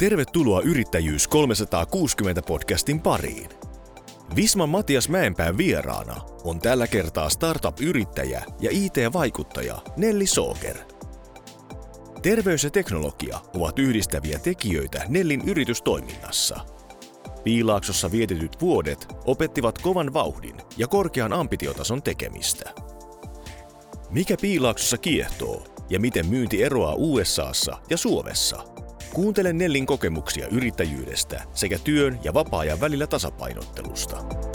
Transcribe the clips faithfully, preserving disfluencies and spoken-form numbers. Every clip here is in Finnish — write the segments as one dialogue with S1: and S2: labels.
S1: Tervetuloa Yrittäjyys kolmesataakuusikymmentä podcastin pariin. Visman Matias Mäenpään vieraana on tällä kertaa startup-yrittäjä ja I T-vaikuttaja Nelli Soger. Terveys ja teknologia ovat yhdistäviä tekijöitä Nellin yritystoiminnassa. Piilaaksossa vietetyt vuodet opettivat kovan vauhdin ja korkean ambitiotason tekemistä. Mikä Piilaaksossa kiehtoo ja miten myynti eroaa U S A:ssa ja Suomessa? Kuuntele Nellin kokemuksia yrittäjyydestä sekä työn ja vapaa-ajan välillä tasapainottelusta.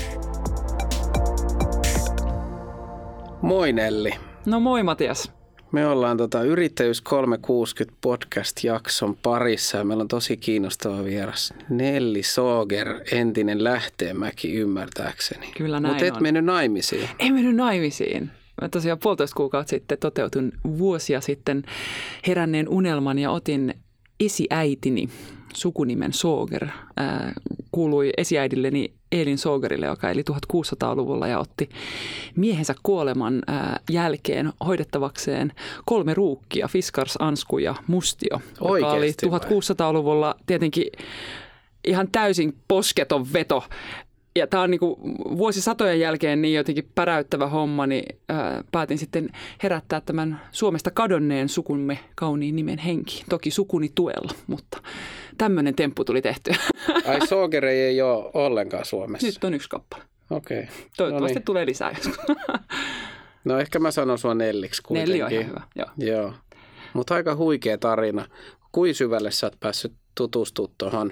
S2: Moi Nelli.
S3: No moi Matias.
S2: Me ollaan tota Yrittäjyys kolmesataakuusikymmentä podcast-jakson parissa ja meillä on tosi kiinnostava vieras. Nelli Soger, entinen Lähteenmäki ymmärtääkseni.
S3: Kyllä näin.
S2: Mutta et
S3: on.
S2: mennyt naimisiin.
S3: En mennyt naimisiin. Mä tosiaan puolitoista kuukautta sitten toteutun vuosia sitten heränneen unelman ja otin esiäitini sukunimen Soger. Ää, kuului esiäidilleni Elin Sogerille, joka eli tuhatkuusisataaluvulla ja otti miehensä kuoleman ää, jälkeen hoidettavakseen kolme ruukkia, Fiskars, Ansku ja Mustio, joka
S2: Oikeasti
S3: oli tuhatkuusisataaluvulla tietenkin ihan täysin posketon veto. Ja tämä on niinku vuosisatojen jälkeen niin jotenkin päräyttävä homma, niin ää, päätin sitten herättää tämän Suomesta kadonneen sukumme kauniin nimen henki. Toki sukuni tuella, mutta tämmöinen temppu tuli tehtyä.
S2: Ai Soger ei ole ollenkaan Suomessa?
S3: Nyt on yksi kappale.
S2: Okei. Okay.
S3: Toivottavasti
S2: no niin.
S3: tulee lisää joskus.
S2: No ehkä mä sanon sua Nelliksi kuitenkin.
S3: Nelli on ihan hyvä, joo.
S2: Joo. Mutta aika huikea tarina. Kuin syvälle sä oot päässyt tutustumaan tuohon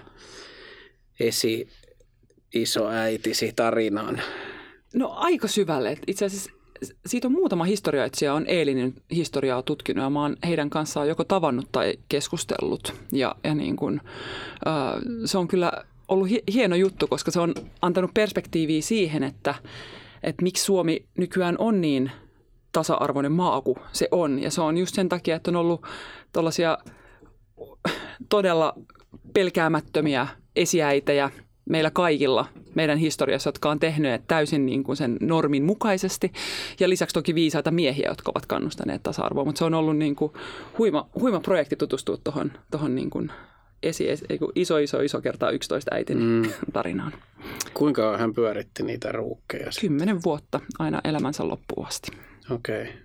S2: esi isoäitisi tarinaan?
S3: No aika syvälle. Itse asiassa siitä on muutama historioitsija, on Eelinin historiaa tutkinut ja mä oon heidän kanssaan joko tavannut tai keskustellut. Ja, ja niin kun, äh, se on kyllä ollut hieno juttu, koska se on antanut perspektiiviä siihen, että, että miksi Suomi nykyään on niin tasa-arvoinen maa kuin se on. Ja se on just sen takia, että on ollut tällaisia todella pelkäämättömiä esiäitejä meillä kaikilla meidän historiassa, jotka on tehneet täysin niin kuin sen normin mukaisesti. Ja lisäksi toki viisaita miehiä, jotka ovat kannustaneet tasa-arvoa. Mutta se on ollut niin kuin huima, huima projekti tutustua tuohon tohon niin kuin esi, esi, iso, iso, iso kertaa yksitoista äitini mm. tarinaan.
S2: Kuinka hän pyöritti niitä ruukkeja?
S3: Kymmenen vuotta aina elämänsä loppuun asti.
S2: Okei. Okay.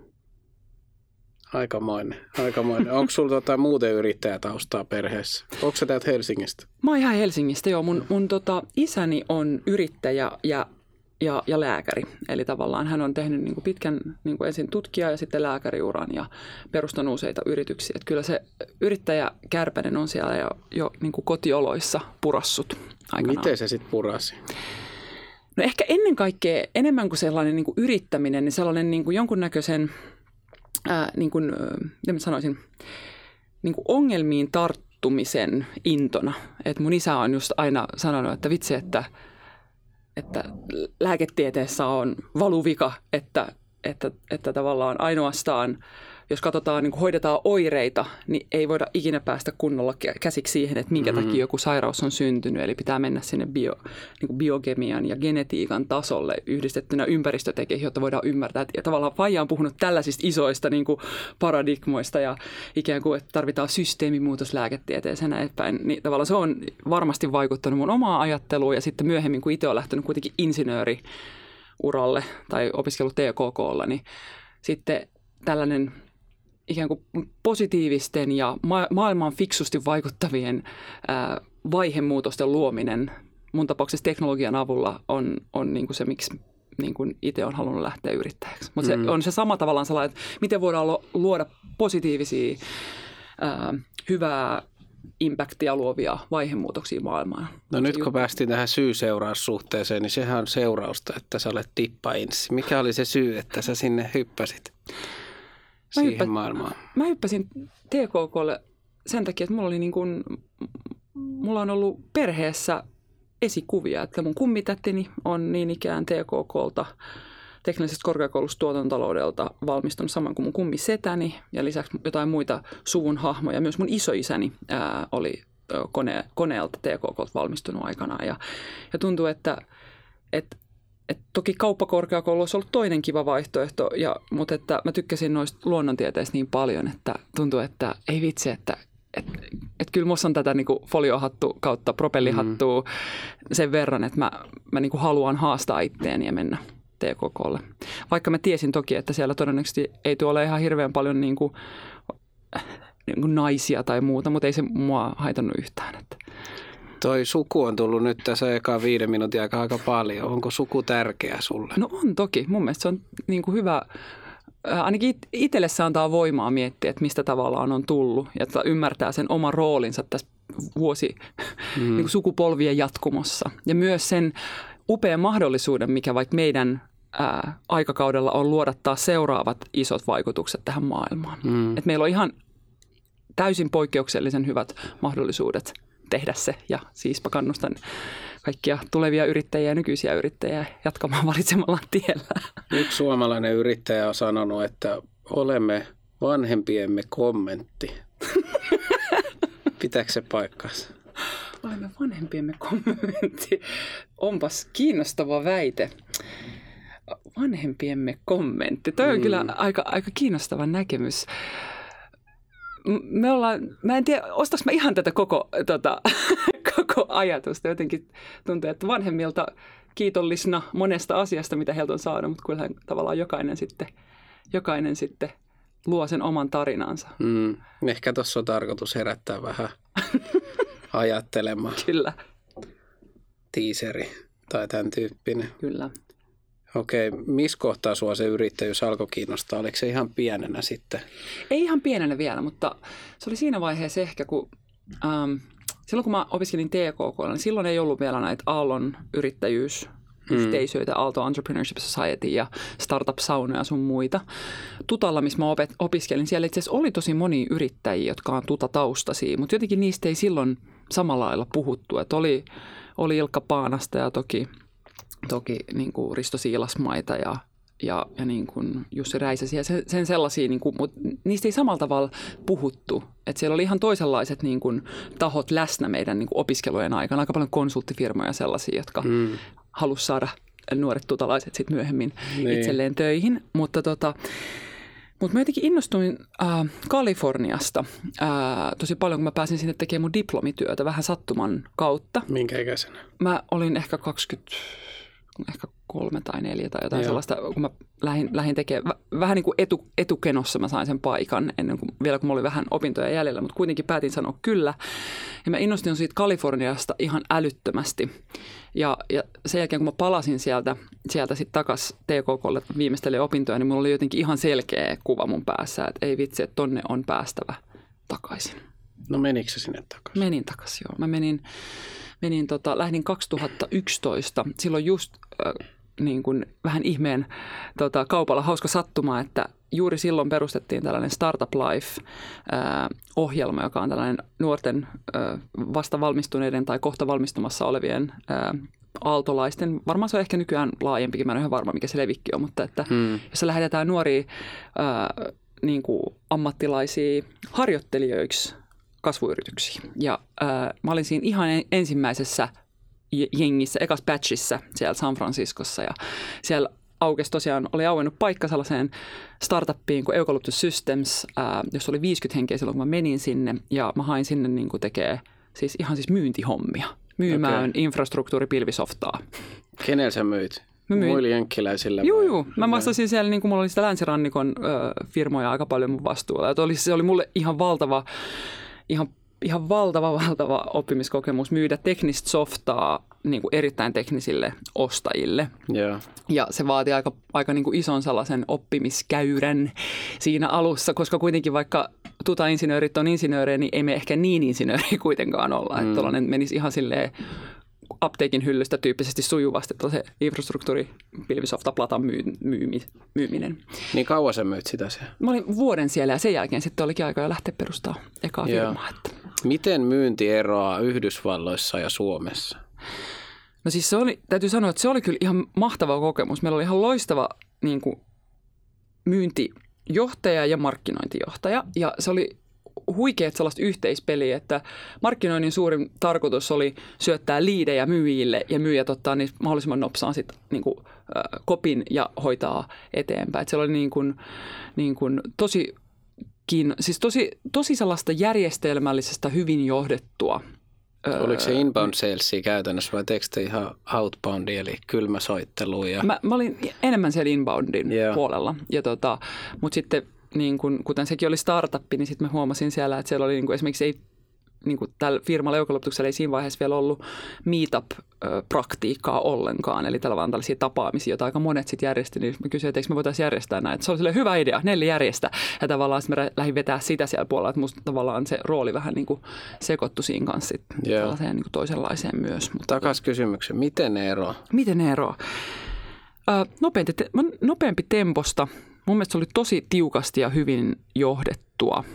S2: Aikamoinen, aikamoinen. Onko sulla tota muuten yrittäjätaustaa perheessä? Onko sä täältä Helsingistä?
S3: Mä oon ihan Helsingistä, joo. Mun, mun tota, isäni on yrittäjä ja, ja, ja lääkäri. Eli tavallaan hän on tehnyt niin kuin pitkän niin kuin ensin tutkija ja sitten lääkäriuran ja perustanut useita yrityksiä. Et kyllä se yrittäjä Kärpänen on siellä jo, jo niin kuin kotioloissa purassut aikanaan.
S2: Miten se sitten purasi?
S3: No ehkä ennen kaikkea enemmän kuin sellainen niin kuin yrittäminen, niin sellainen niin kuin jonkunnäköisen Ää, niin kuin, mitä mä sanoisin, niin kuin ongelmiin tarttumisen intona. Et mun isä on just aina sanonut, että vitsi, että, että lääketieteessä on valuvika, että, että, että tavallaan ainoastaan, jos katsotaan, niin kuin hoidetaan oireita, niin ei voida ikinä päästä kunnolla käsiksi siihen, että minkä mm-hmm. takia joku sairaus on syntynyt. Eli pitää mennä sinne bio, niin kuin biokemian ja genetiikan tasolle yhdistettynä ympäristötekijöihin, jotta voidaan ymmärtää. Että, ja tavallaan Faija on puhunut tällaisista isoista niin kuin paradigmoista ja ikään kuin, että tarvitaan systeemimuutos lääketieteeseen näin eteenpäin. Niin tavallaan se on varmasti vaikuttanut mun omaa ajatteluun ja sitten myöhemmin, kun itse olen lähtenyt kuitenkin insinööriuralle tai opiskellut T K K:lla, niin sitten tällainen ikään kuin positiivisten ja ma- maailmaan fiksusti vaikuttavien ää, vaihemuutosten luominen mun tapauksessa teknologian avulla on, on niin kuin se, miksi niin kuin itse olen halunnut lähteä yrittäjäksi. Mutta mm. se on se sama tavallaan sellainen, että miten voidaan luoda positiivisia, ää, hyvää impactia luovia vaihemuutoksia maailmaan.
S2: No nyt kun päästiin tähän syy-seuraussuhteeseen, niin sehän on seurausta, että sä olet tippainsi. Mikä oli se syy, että sä sinne hyppäsit?
S3: Mä,
S2: siihen
S3: hyppä,
S2: maailmaan.
S3: mä hyppäsin T K K:lle sen takia, että mulla, oli niin kuin, mulla on ollut perheessä esikuvia. Että mun kummitättini on niin ikään T K K:lta, teknillisestä korkeakoulusta tuotantotaloudelta valmistunut saman kuin mun kummisetäni ja lisäksi jotain muita suvun hahmoja. Myös mun isoisäni ää, oli kone, koneelta T K K:lta valmistunut aikanaan ja, ja tuntuu, että, että Et toki kauppakorkeakoulu olisi ollut toinen kiva vaihtoehto, ja, mutta että mä tykkäsin noista luonnontieteistä niin paljon, että tuntui, että ei vitsi, että et, et kyllä musta on tätä niin kuin foliohattu kautta propellihattua mm. sen verran, että mä, mä niin kuin haluan haastaa itteeni ja mennä T K K:lle. Vaikka mä tiesin toki, että siellä todennäköisesti ei tule ole ihan hirveän paljon niin kuin, niin kuin naisia tai muuta, mutta ei se mua haitannut yhtään. Että.
S2: Toi suku on tullut nyt tässä ekaan viiden minuutin aikaa aika paljon. Onko suku tärkeä sulle?
S3: No on toki. Mun mielestä se on niin kuin hyvä. Ainakin itselle se antaa voimaa miettiä, että mistä tavallaan on tullut ja että ymmärtää sen oman roolinsa tässä vuosi mm. niin kuin sukupolvien jatkumossa. Ja myös sen upean mahdollisuuden, mikä vaikka meidän ää, aikakaudella on luoda taas seuraavat isot vaikutukset tähän maailmaan. Mm. Et meillä on ihan täysin poikkeuksellisen hyvät mahdollisuudet tehdä se ja siispä kannustan kaikkia tulevia yrittäjiä ja nykyisiä yrittäjiä jatkamaan valitsemalla tiellä.
S2: Yksi suomalainen yrittäjä on sanonut, että olemme vanhempiemme kommentti. Pitääkö se paikkansa?
S3: Olemme vanhempiemme kommentti. Onpas kiinnostava väite. Vanhempiemme kommentti. Toi on mm. kyllä aika, aika kiinnostava näkemys. Me ollaan, mä en tiedä, ostaks mä ihan tätä koko, tota, koko ajatusta. Jotenkin tuntuu, että vanhemmilta kiitollisena monesta asiasta, mitä heiltä on saanut, mutta kyllähän tavallaan jokainen sitten, jokainen sitten luo sen oman tarinansa.
S2: Mm, ehkä tuossa on tarkoitus herättää vähän ajattelemaan.
S3: Kyllä.
S2: Tiiseri tai tämän tyyppinen.
S3: Kyllä.
S2: Okei, missä kohtaa sua se yrittäjyys alkoi kiinnostaa? Oliko se ihan pienenä sitten?
S3: Ei ihan pienenä vielä, mutta se oli siinä vaiheessa ehkä, kun ähm, silloin kun mä opiskelin T K K:lla, niin silloin ei ollut vielä näitä Aallon yrittäjyysyhteisöitä, mm. Aalto Entrepreneurship Society ja Startup-saunoja ja sun muita. Tutalla, missä mä opet, opiskelin, siellä itse asiassa oli tosi monia yrittäjiä, jotka on tuta-taustaisia, mutta jotenkin niistä ei silloin samalla lailla puhuttu. Että oli, oli Ilkka Paanasta ja toki... Toki niin kuin Risto Siilasmaita ja, ja, ja niin kuin Jussi Räisäsiä, sen, sen sellaisia, niin kuin, mutta niistä ei samalla tavalla puhuttu. Että siellä oli ihan toisenlaiset niin kuin, tahot läsnä meidän niin kuin opiskelujen aikana. Aika paljon konsulttifirmoja sellaisia, jotka mm. halusi saada nuoret tutalaiset sitten myöhemmin niin. itselleen töihin. Mutta tota, Mutta mä jotenkin innostuin äh, Kaliforniasta äh, tosi paljon, kun mä pääsin sinne tekemään mun diplomityötä vähän sattuman kautta.
S2: Minkä ikäisenä?
S3: Mä olin ehkä kaksikymmentä, ehkä kolme tai neljä tai jotain Joo. sellaista, kun mä lähdin, lähdin tekemään. Vähän niin kuin etu, etukenossa mä sain sen paikan, ennen kuin, vielä kun mulla oli vähän opintoja jäljellä, mutta kuitenkin päätin sanoa kyllä. Ja mä innostuin siitä Kaliforniasta ihan älyttömästi. Ja, ja sen jälkeen, kun mä palasin sieltä, sieltä sitten takaisin T K K:lle viimeistellen opintoja, niin mulla oli jotenkin ihan selkeä kuva mun päässä, että ei vitsi, että tonne on päästävä takaisin.
S2: No menikö sä sinne takaisin?
S3: Menin takaisin, joo. Mä menin, menin tota, lähdin kaksituhattayksitoista. Silloin just äh, niin kuin vähän ihmeen tota, kaupalla hauska sattuma, että juuri silloin perustettiin tällainen Startup Life-ohjelma, joka on tällainen nuorten äh, vasta valmistuneiden tai kohta valmistumassa olevien äh, aaltolaisten. Varmaan se on ehkä nykyään laajempikin, mä en ole ihan varma, mikä se levikki on, mutta että hmm. jos lähetetään nuoria äh, niin kuin ammattilaisia harjoittelijoiksi kasvuyrityksiin. Ja äh, mä olin siinä ihan ensimmäisessä jengissä, ekas batchissa siellä San Franciscossa ja siellä aukesi tosiaan, oli auennut paikka sellaiseen startuppiin kuin Eucalyptus Systems, ää, jossa oli viisikymmentä henkeä silloin, kun mä menin sinne ja mä hain sinne niin kuin tekee siis ihan siis myyntihommia, myymään okay. infrastruktuuripilvisoftaa.
S2: Kenellä sä myit? Muille jenkkiläisillä?
S3: Joo, joo. Mä vastasin siellä, niin kuin mulla oli sitä länsirannikon ö, firmoja aika paljon mun vastuulla. Ja oli, se oli mulle ihan valtava, ihan Ihan valtava, valtava oppimiskokemus myydä teknistä softaa niin kuin erittäin teknisille ostajille. Yeah. Ja se vaati aika, aika niin kuin ison sellaisen oppimiskäyrän siinä alussa, koska kuitenkin vaikka tuta-insinöörit on insinöörejä, niin ei me ehkä niin insinööriä kuitenkaan olla. Mm. Että tuollainen menisi ihan silleen apteekin hyllystä tyyppisesti sujuvasti, että se infrastruktuuri, pilvisofta, platan myy, myymi, myyminen.
S2: Niin kauan sä myyt sitä siellä?
S3: Mä olin vuoden siellä ja sen jälkeen sitten olikin aika jo lähteä perustamaan ekaa firmaa. Että.
S2: Miten myynti eroaa Yhdysvalloissa ja Suomessa?
S3: No siis se oli, täytyy sanoa, että se oli kyllä ihan mahtava kokemus. Meillä oli ihan loistava niin kuin, myyntijohtaja ja markkinointijohtaja ja se oli huikeat sellaista yhteispeliä, että markkinoinnin suurin tarkoitus oli syöttää liidejä myyjille ja myyjät ottaa niin mahdollisimman nopsaan sit, niin kuin, äh, kopin ja hoitaa eteenpäin. Et se oli niin kuin, niin kuin, tosi kiin... siis tosi, tosi sellaista järjestelmällisestä, hyvin johdettua.
S2: Oliko se inbound salesia käytännössä vai teekö te ihan outboundia, eli kylmäsoittelua? Ja...
S3: Mä, mä olin enemmän siellä inboundin yeah. puolella, ja tota, mutta sitten niin kun, kuten sekin oli startuppi, niin sitten mä huomasin siellä, että siellä oli niin kun, esimerkiksi ei niin kuin tällä firmalla Joukoloputuksella ei siinä vaiheessa vielä ollut meetup-praktiikkaa ollenkaan. Eli tällä vaan tällaisia tapaamisia, joita aika monet sitten järjesti. Niin mä kysyin, että eikö me voitaisiin järjestää näitä. Se oli silleen hyvä idea, Nelli järjestä. Ja tavallaan mä lähdin vetää sitä siellä puolella, että musta tavallaan se rooli vähän niin kuin sekoittui siinä kanssa sitten tällaiseen niin kuin toisenlaiseen myös.
S2: Takas kysymyksen, miten ne eroaa?
S3: Miten ne eroaa? Äh, nopeampi, nopeampi temposta. Mun mielestä se oli tosi tiukasti ja hyvin johdettua.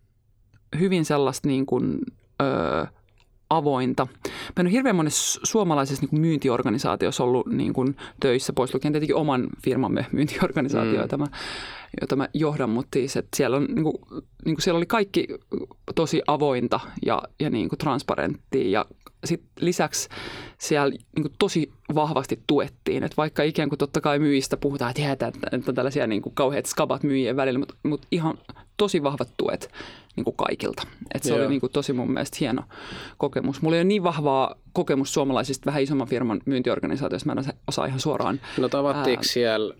S3: Hyvin sellaista niin kuin Öö, avointa. Mä en ole hirveän monessa suomalaisessa niin kuin myyntiorganisaatiossa ollut niin kuin töissä, pois lukien tietenkin oman firmamme myyntiorganisaatio, mm. jota, mä, jota mä johdan, mutta siis, että siellä, on, niin kuin, niin kuin siellä oli kaikki tosi avointa ja, ja niin kuin transparenttia ja sit lisäksi siellä niin kuin tosi vahvasti tuettiin, että vaikka ikään kuin totta kai myyjistä puhutaan, että jäätä, että on tällaisia niin kuin kauheat skabat myyjien välillä, mutta, mutta ihan tosi vahvat tuet niin kuin kaikilta. Että se Joo. oli niin kuin tosi mun mielestä hieno kokemus. Mulla ei ole niin vahvaa kokemus suomalaisista vähän isomman firman myyntiorganisaatioista, mä en osaa ihan suoraan. No
S2: tavattiinko ää... siellä,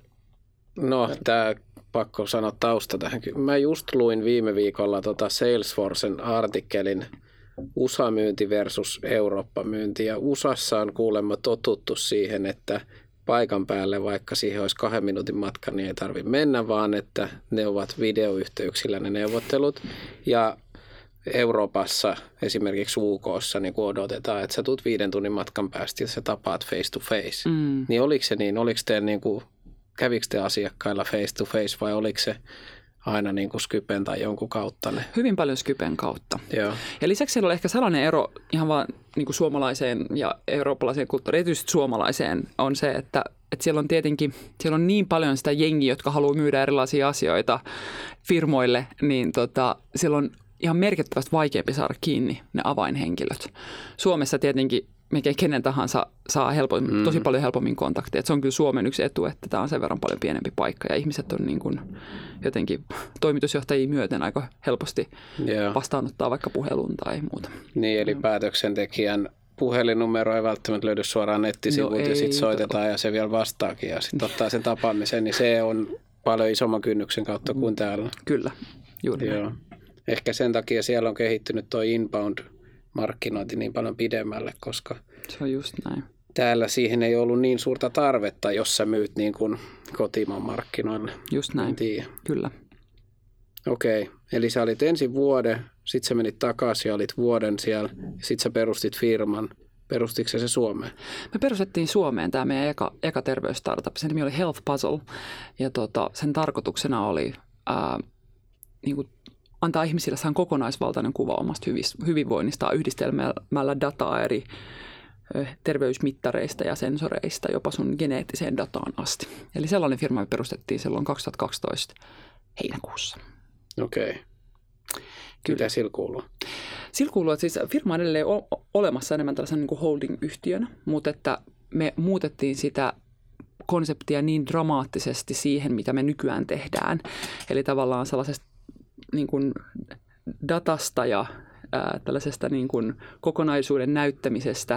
S2: no tämä pakko sanoa tausta tähän. Mä just luin viime viikolla tota Salesforcen artikkelin U S A-myynti versus Eurooppa-myynti. Ja U S A:ssa on kuulemma totuttu siihen, että paikan päälle, vaikka siihen olisi kahden minuutin matka, niin ei tarvitse mennä, vaan että ne ovat videoyhteyksillä ne neuvottelut. Ja Euroopassa, esimerkiksi U K:ssa, niin kun odotetaan, että sä tulet viiden tunnin matkan päästä ja sä tapaat face to face. Mm. Niin oliko se niin? Oliko te niin kuin, kävikö te asiakkailla face to face vai oliko se aina niin kuin Skypen tai jonkun kautta? Ne?
S3: Hyvin paljon Skypen kautta.
S2: Joo.
S3: Ja lisäksi siellä oli ehkä sellainen ero ihan vaan niin kuin suomalaiseen ja eurooppalaiseen kulttuuriin, erityisesti suomalaiseen, on se, että, että siellä on tietenkin siellä on niin paljon sitä jengiä, jotka haluaa myydä erilaisia asioita firmoille, niin tota, siellä on ihan merkittävästi vaikeampi saada kiinni ne avainhenkilöt. Suomessa tietenkin mikä kenen tahansa saa helpommin, mm. tosi paljon helpommin kontakteja. Et se on kyllä Suomen yksi etu, että tämä on sen verran paljon pienempi paikka ja ihmiset on niin kuin jotenkin toimitusjohtajia myöten aika helposti yeah. vastaanottaa vaikka puhelun tai muuta.
S2: Niin, eli päätöksentekijän puhelinnumero ei välttämättä löydy suoraan nettisivuilta no ja sitten soitetaan ja se vielä vastaakin ja sitten ottaa sen tapaamisen, niin se on paljon isomman kynnyksen kautta kuin täällä.
S3: Kyllä, juuri
S2: Joo. Ehkä sen takia siellä on kehittynyt tuo inbound markkinointi niin paljon pidemmälle, koska
S3: se on just näin.
S2: Täällä siihen ei ollut niin suurta tarvetta, jos sä myyt niin kuin kotimaan markkinoille.
S3: Just näin, kyllä.
S2: Okei, okay. Eli sä olit ensin vuoden, sitten sä menit takaisin ja olit vuoden siellä, sitten sä perustit firman. Perustitko se Suomeen?
S3: Me perustettiin Suomeen tämä meidän eka, eka terveysstartup. Sen nimi oli Health Puzzle ja tota, sen tarkoituksena oli ää, niin kuin antaa ihmisille saan kokonaisvaltainen kuva omasta hyvinvoinnista yhdistelmällä dataa eri terveysmittareista ja sensoreista jopa sun geneettiseen dataan asti. Eli sellainen firma me perustettiin silloin kaksituhattakaksitoista heinäkuussa.
S2: Okei. Okay. Mitä sillä kuuluu?
S3: Sillä kuuluu, että siis firma on edelleen olemassa enemmän tällaisen niin kuin holding-yhtiönä, mutta että me muutettiin sitä konseptia niin dramaattisesti siihen, mitä me nykyään tehdään. Eli tavallaan sellaisesta niin kuin datasta ja ää, tällaisesta niin kuin kokonaisuuden näyttämisestä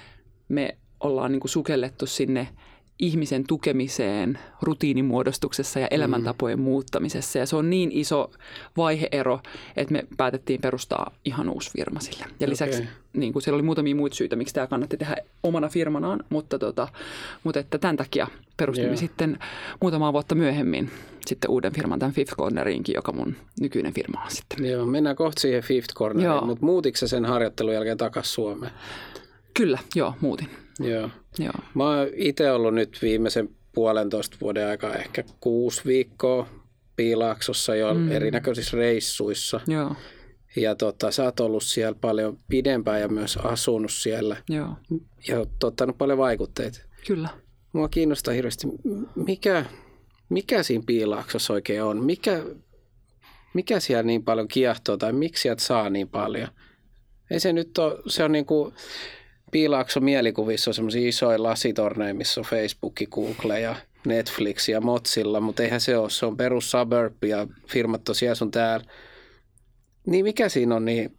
S3: me ollaan niin kuin sukellettu sinne ihmisen tukemiseen rutiinimuodostuksessa ja elämäntapojen mm. muuttamisessa. Ja se on niin iso vaiheero, että me päätettiin perustaa ihan uusi firma sille. Ja lisäksi okay. niin kuin siellä oli muutamia muita syitä, miksi tämä kannatti tehdä omana firmanaan, mutta, tota, mutta että tämän takia perustimme yeah. sitten muutamaa vuotta myöhemmin sitten uuden firman, tämän Fifth Cornerinkin, joka mun nykyinen firma on sitten.
S2: Joo, mennään kohta siihen Fifth Corneriin, mutta muutitko sä sen harjoittelun jälkeen takaisin Suomeen?
S3: Kyllä, joo, muutin.
S2: Joo. Joo. Mä oon itse ollut nyt viimeisen puolentoista vuoden aikaa ehkä kuusi viikkoa Piilaaksossa jo mm. erinäköisissä reissuissa.
S3: Joo.
S2: Ja tota, sä oot ollut siellä paljon pidempään ja myös asunut siellä.
S3: Joo.
S2: Ja oot ottanut paljon vaikutteita.
S3: Kyllä.
S2: Mua kiinnostaa hirveästi, mikä, mikä siinä Piilaaksossa oikein on? Mikä, mikä siellä niin paljon kiehtoo tai miksi sieltä saa niin paljon? Ei se nyt ole, se on niin kuin Piilaakson mielikuvissa on semmoisia isoja lasitorneja, missä on Facebook, Google ja Netflix ja Mozilla, mutta eihän se ole. Se on perus suburb ja firmat tosiaan sun täällä. Niin mikä siinä on niin...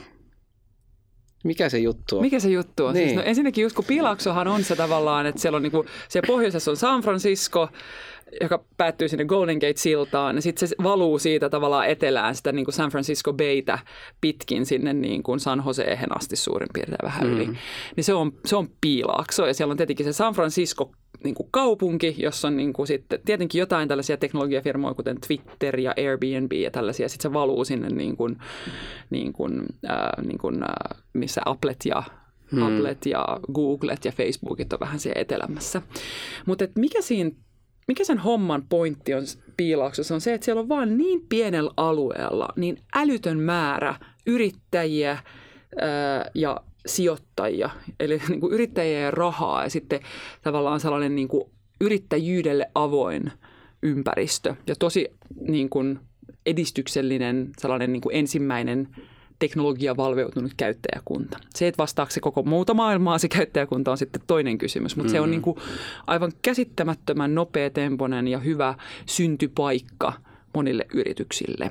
S2: Mikä se juttu on?
S3: Mikä se juttu on?
S2: Niin.
S3: Siis, no ensinnäkin just kun Piilaaksohan on se tavallaan, että siellä on niinku, siellä pohjoisessa on San Francisco, joka päättyy sinne Golden Gate-siltaan, ja sitten se valuu siitä tavallaan etelään sitä niin kuin San Francisco Baytä pitkin sinne niin kuin San Joseen asti suurin piirtein vähän yli. Mm. Niin se on, se on Piilaakso, ja siellä on tietenkin se San Francisco niin kuin kaupunki, jossa on niin kuin sitten tietenkin jotain tällaisia teknologiafirmoja, kuten Twitter ja Airbnb ja tällaisia. Sitten se valuu sinne niin kuin, niin kuin, äh, niin kuin, äh, missä Applet ja Hmm. Applet ja Googlet ja Facebookit on vähän siellä etelämässä. Mutta mikä siinä Mikä sen homman pointti on Piilaaksossa on se, että siellä on vaan niin pienellä alueella niin älytön määrä yrittäjiä ää, ja sijoittajia, eli niin kuin yrittäjiä ja rahaa ja sitten tavallaan sellainen niin kuin yrittäjyydelle avoin ympäristö ja tosi niin kuin edistyksellinen sellainen niin kuin ensimmäinen teknologiavalveutunut käyttäjäkunta. Se, että vastaako se koko muuta maailmaa, se käyttäjäkunta on sitten toinen kysymys, mutta mm-hmm. se on niin kuin aivan käsittämättömän nopeatempoinen ja hyvä syntypaikka monille yrityksille.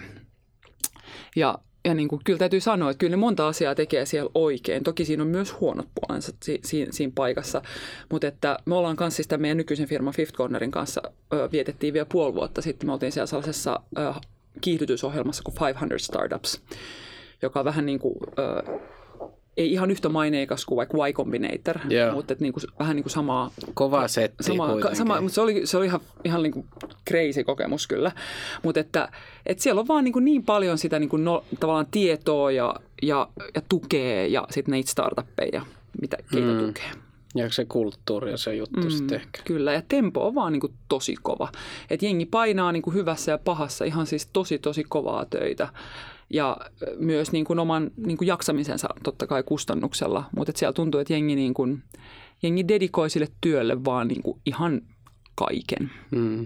S3: Ja, ja niin kuin, kyllä täytyy sanoa, että kyllä ne monta asiaa tekee siellä oikein. Toki siinä on myös huonot puolensa si- si- siinä paikassa, mutta että me ollaan kanssa siis tämän meidän nykyisen firman Fifth Cornerin kanssa ö, vietettiin vielä puoli vuotta sitten. Me oltiin siellä sellaisessa ö, kiihdytysohjelmassa kuin viisisataa Startups, joka on vähän niin kuin, äh, ei ihan yhtä maineikas kuin vaikka Y Combinator, yeah. mutta niin kuin, vähän niin kuin samaa.
S2: Kova setti
S3: sama, sama, mutta se oli, se oli ihan, ihan niin kuin crazy kokemus kyllä. Mutta että, että siellä on vaan niin, kuin niin paljon sitä niin kuin no, tavallaan tietoa ja, ja, ja tukea ja sitten niitä startuppeja, mitä keitä mm. tukee.
S2: Ja se kulttuuri ja se juttu mm, sitten ehkä.
S3: Kyllä, ja tempo on vaan niin kuin tosi kova. Että jengi painaa niin kuin hyvässä ja pahassa ihan siis tosi tosi kovaa töitä. Ja myös niin kuin oman niin kuin jaksamisensa totta kai kustannuksella, mutta siellä tuntuu, että jengi, niin kuin, jengi dedikoi sille työlle vaan niin kuin ihan kaiken.
S2: Mm.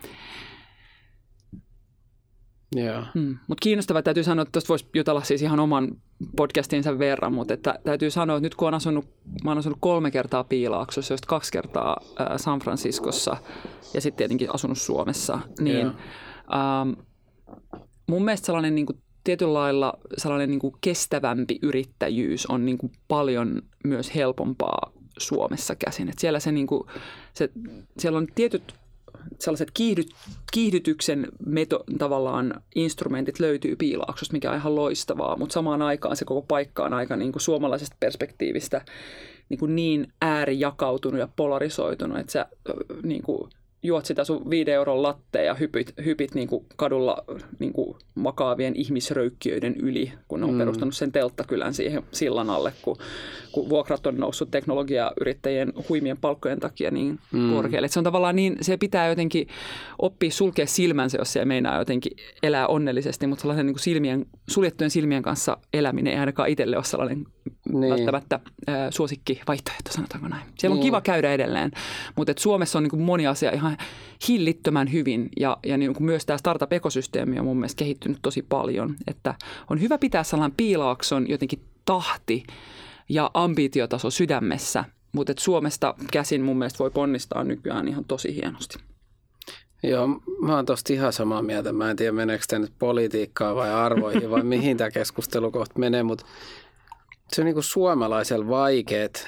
S2: Yeah.
S3: Mm. Mutta kiinnostavaa täytyy sanoa, että tuosta voisi jutella siis ihan oman podcastinsa verran, mutta että täytyy sanoa, että nyt kun olen asunut, mä olen asunut kolme kertaa Piilaaksossa, josta kaksi kertaa äh, San Franciscossa ja sitten tietenkin asunut Suomessa, niin yeah. ähm, mun mielestä sellainen niin kuin tietyllä lailla sellainen niin kuin kestävämpi yrittäjyys on niin kuin paljon myös helpompaa Suomessa käsin. Et siellä, se, niin kuin, se, siellä on tietyt sellaiset kiihdyt, kiihdytyksen meto, tavallaan instrumentit löytyy Piilaaksosta, mikä on ihan loistavaa, mutta samaan aikaan se koko paikka on aika niin kuin suomalaisesta perspektiivistä niin, kuin niin äärijakautunut ja polarisoitunut, että sä niin kuin juot sitä sun viiden euron lattea ja hypit, hypit niin kuin kadulla niin kuin makaavien ihmisröykkiöiden yli, kun ne on mm. perustanut sen telttakylän siihen sillan alle, kun, kun vuokrat on noussut teknologiayrittäjien huimien palkkojen takia niin mm. korkealle. Et se on tavallaan niin, se pitää jotenkin oppia sulkea silmänsä, jos se meinaa jotenkin elää onnellisesti, mutta sellaisen niin kuin silmien, suljettujen silmien kanssa eläminen ei ainakaan itselle ole sellainen niin. välttämättä äh, suosikki vaihtoehto, sanotaanko näin. Siellä on niin. kiva käydä edelleen, mutta et Suomessa on niin kuin moni asia ihan hillittömän hyvin ja, ja niin kuin myös tämä startup-ekosysteemi on mun mielestä kehittynyt tosi paljon, että on hyvä pitää sellainen Piilaakson jotenkin tahti ja ambitiotaso sydämessä, mutta et Suomesta käsin mun mielestä voi ponnistaa nykyään ihan tosi hienosti.
S2: Joo, mä oon tosta ihan samaa mieltä. Mä en tiedä, meneekö tämä nyt politiikkaan vai arvoihin vai mihin tämä keskustelu kohta menee, mutta se on niin kuin suomalaisella vaikeet.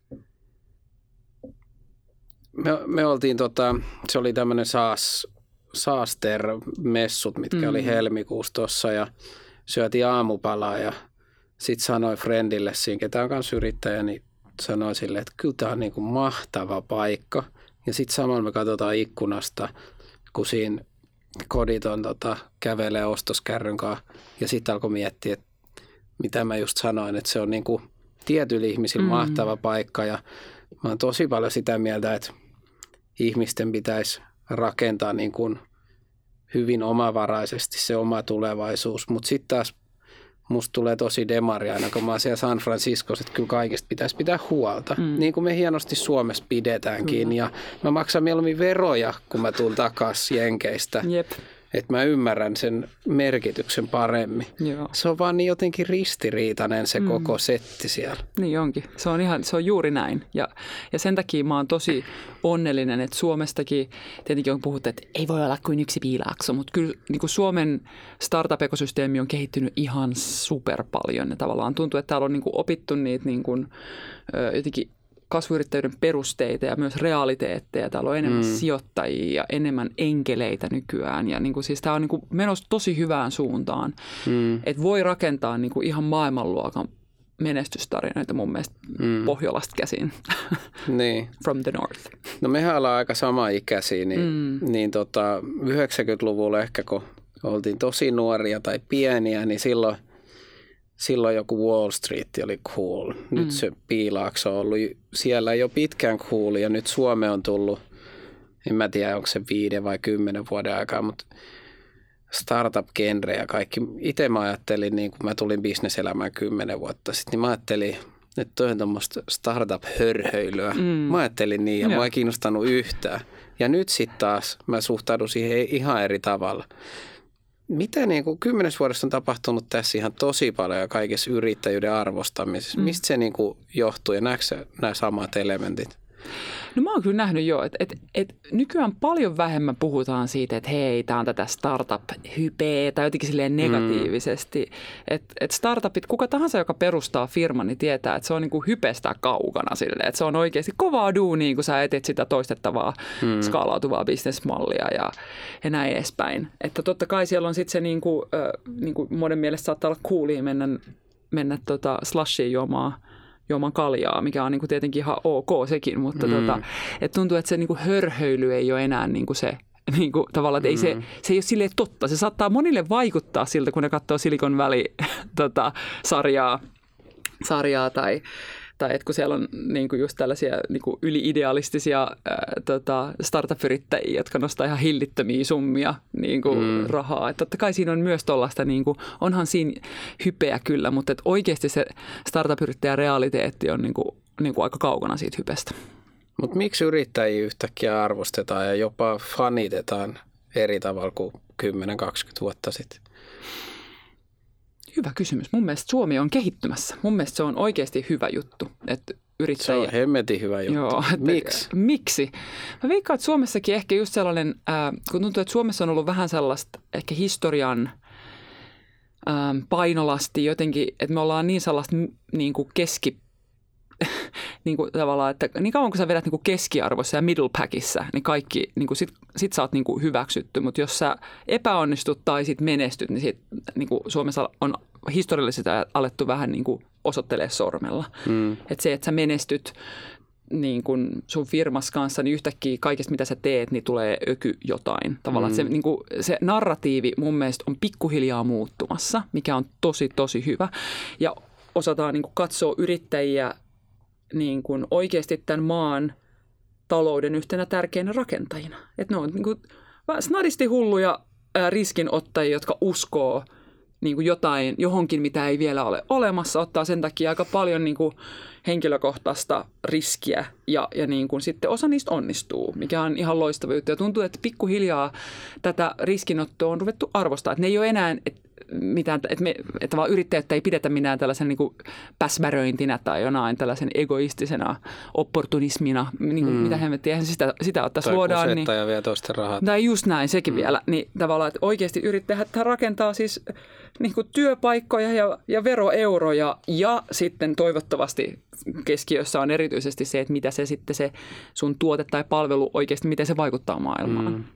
S2: Me, me oltiin, tota, se oli tämmöinen saas, Saaster-messut, mitkä mm. oli helmikuussa tuossa ja syötiin aamupalaa ja sitten sanoi friendille siinä, ketä on kanssa yrittäjä, niin sanoi silleen, että kyllä tämä on niin kuin mahtava paikka. Ja sitten samalla me katsotaan ikkunasta, kun siinä koditon tota, kävelee ostoskärryn kanssa ja sitten alkoi miettiä, että mitä mä just sanoin, että se on niin kuin tietyillä ihmisillä mm. mahtava paikka ja mä oon tosi paljon sitä mieltä, että ihmisten pitäisi rakentaa niin kuin hyvin omavaraisesti se oma tulevaisuus, mutta sitten taas musta tulee tosi demari aina, kun mä oon siellä San Franciscossa, että kyllä kaikista pitäisi pitää huolta, mm. niin kuin me hienosti Suomessa pidetäänkin. Kyllä. Ja mä maksan mieluummin veroja, kun mä tuun takaisin Jenkeistä.
S3: Jep.
S2: että mä ymmärrän sen merkityksen paremmin.
S3: Joo.
S2: Se on vaan niin jotenkin ristiriitainen se mm. koko setti siellä.
S3: Niin onkin. Se on, ihan, se on juuri näin. Ja, ja sen takia mä oon tosi onnellinen, että Suomestakin tietenkin on puhuttu, että ei voi olla kuin yksi Piilaakso, mutta kyllä niin kuin Suomen startup-ekosysteemi on kehittynyt ihan super paljon. Ja tavallaan tuntuu, että täällä on niin kuin opittu niitä niin kuin, jotenkin kasvuyrittäjyyden perusteita ja myös realiteetteja. Täällä on enemmän mm. sijoittajia ja enemmän enkeleitä nykyään. Ja niin kuin, siis tämä on niin kuin menossa tosi hyvään suuntaan. Mm. Että voi rakentaa niin kuin ihan maailmanluokan menestystarinoita mun mielestä mm. Pohjolasta käsin.
S2: Niin.
S3: From the north.
S2: No mehän ollaan aika sama-ikäisiä, niin, mm. niin tota, yhdeksänkymmentäluvulla ehkä kun oltiin tosi nuoria tai pieniä, niin silloin Silloin joku Wall Street oli cool. Nyt mm. se Piilaakso on ollut siellä jo pitkään cool ja nyt Suome on tullut, en mä tiedä onko se viiden vai kymmenen vuoden aikaa, mutta startup-genre ja kaikki. Itse mä ajattelin, niin kun mä tulin bisneselämään kymmenen vuotta sitten, niin mä ajattelin, että toi on tuommoista startup-hörhöilyä. Mm. Mä ajattelin niin ja Joo. mua ei kiinnostanut yhtään. Ja nyt sitten taas mä suhtaudun siihen ihan eri tavalla. Mitä niin kuin kymmenes vuodessa on tapahtunut tässä ihan tosi paljon ja kaikessa yrittäjyyden arvostamisessa? Mm. Mistä se niin kuin johtuu ja näetkö nämä samat elementit?
S3: No mä oon kyllä nähnyt jo, että, että, että nykyään paljon vähemmän puhutaan siitä, että hei, tää on tätä startup-hypeä tai jotenkin silleen negatiivisesti. Mm. Että, että startupit, kuka tahansa, joka perustaa firman, niin tietää, että se on niin kuin hypestä kaukana silleen. Että se on oikeasti kovaa duunia, kun sä etet sitä toistettavaa, mm. skaalautuvaa bisnesmallia ja, ja näin edespäin. Että totta kai siellä on sitten se, niin kuin, äh, niin kuin monen mielestä saattaa olla coolia mennä, mennä tota slushiin juomaan. juomaan kaljaa, mikä on niin kuin tietenkin ihan ok sekin, mutta mm. tota, et tuntuu, että se niin kuin hörhöily ei ole enää niin kuin se, niin kuin, tavallaan, että ei se, se ei ole silleen totta. Se saattaa monille vaikuttaa siltä, kun ne katsoo Silicon Valley-sarjaa tota, sarjaa tai, tai että kun siellä on niin kuin just tällaisia niin kuin yli-idealistisia ää, tota, startup-yrittäjiä, jotka nostaa ihan hillittömiä summia niin kuin mm. rahaa. Että totta kai siinä on myös tuollaista, niin kuin, onhan siinä hypeä kyllä, mutta että oikeasti se startup-yrittäjän realiteetti on niin kuin, niin kuin aika kaukana siitä hypestä.
S2: Mutta miksi yrittäjiä yhtäkkiä arvostetaan ja jopa fanitetaan eri tavalla kuin kymmenen kaksikymmentä vuotta sitten?
S3: Hyvä kysymys. Mun mielestä Suomi on kehittymässä. Mun mielestä se on oikeasti hyvä juttu. Että yrittäjä...
S2: Se on hemmetin hyvä juttu.
S3: Joo, että, miksi? Miksi? Mä veikkaan, että Suomessakin ehkä just sellainen, äh, kun tuntuu, että Suomessa on ollut vähän sellaista ehkä historian äh, painolasti jotenkin, että me ollaan niin sellaista niin kuin keski... niin kuin tavallaan, että niin kauan kun sä vedät niin kuin keskiarvossa ja middle packissa, niin kaikki, niin kuin sit, sit sä oot niin kuin hyväksytty. Mutta jos sä epäonnistut tai sit menestyt, niin, sit, niin kuin Suomessa on historiallisesti alettu vähän niin kuin osoittelemaan sormella. Mm. Että se, että sä menestyt niin kuin sun firmas kanssa, niin yhtäkkiä kaikesta, mitä sä teet, niin tulee öky jotain. Tavallaan mm. se, niin kuin, se narratiivi mun mielestä on pikkuhiljaa muuttumassa, mikä on tosi, tosi hyvä. Ja osataan niin kuin katsoa yrittäjiä niin kuin oikeasti tämän maan talouden yhtenä tärkeänä rakentajina. Että ne on niin kuin snadisti hulluja ää, riskinottajia, jotka uskoo niin kuin jotain, johonkin, mitä ei vielä ole olemassa, ottaa sen takia aika paljon niin kuin henkilökohtaista riskiä ja, ja niin kuin sitten osa niistä onnistuu, mikä on ihan loistava juttu. Ja tuntuu, että pikkuhiljaa tätä riskinottoa on ruvettu arvostaa. Että ne ei ole enää... Et, mitään, että, me, että vaan yrittäjät ei pidetä minään tällaisen niin kuin päsmäröintinä tai jonain tällaisen egoistisena opportunismina, niin kuin, mm. mitä hemmettiä, eihän sitä, sitä ottaisi luodaan. Tai
S2: kusettaja vie toisten rahat.
S3: Tai just näin, sekin mm. vielä. Niin tavallaan, että oikeasti yrittäjät rakentaa siis niin kuin työpaikkoja ja, ja veroeuroja ja sitten toivottavasti keskiössä on erityisesti se, että mitä se sitten se sun tuote tai palvelu oikeasti, miten se vaikuttaa maailmaan. Mm.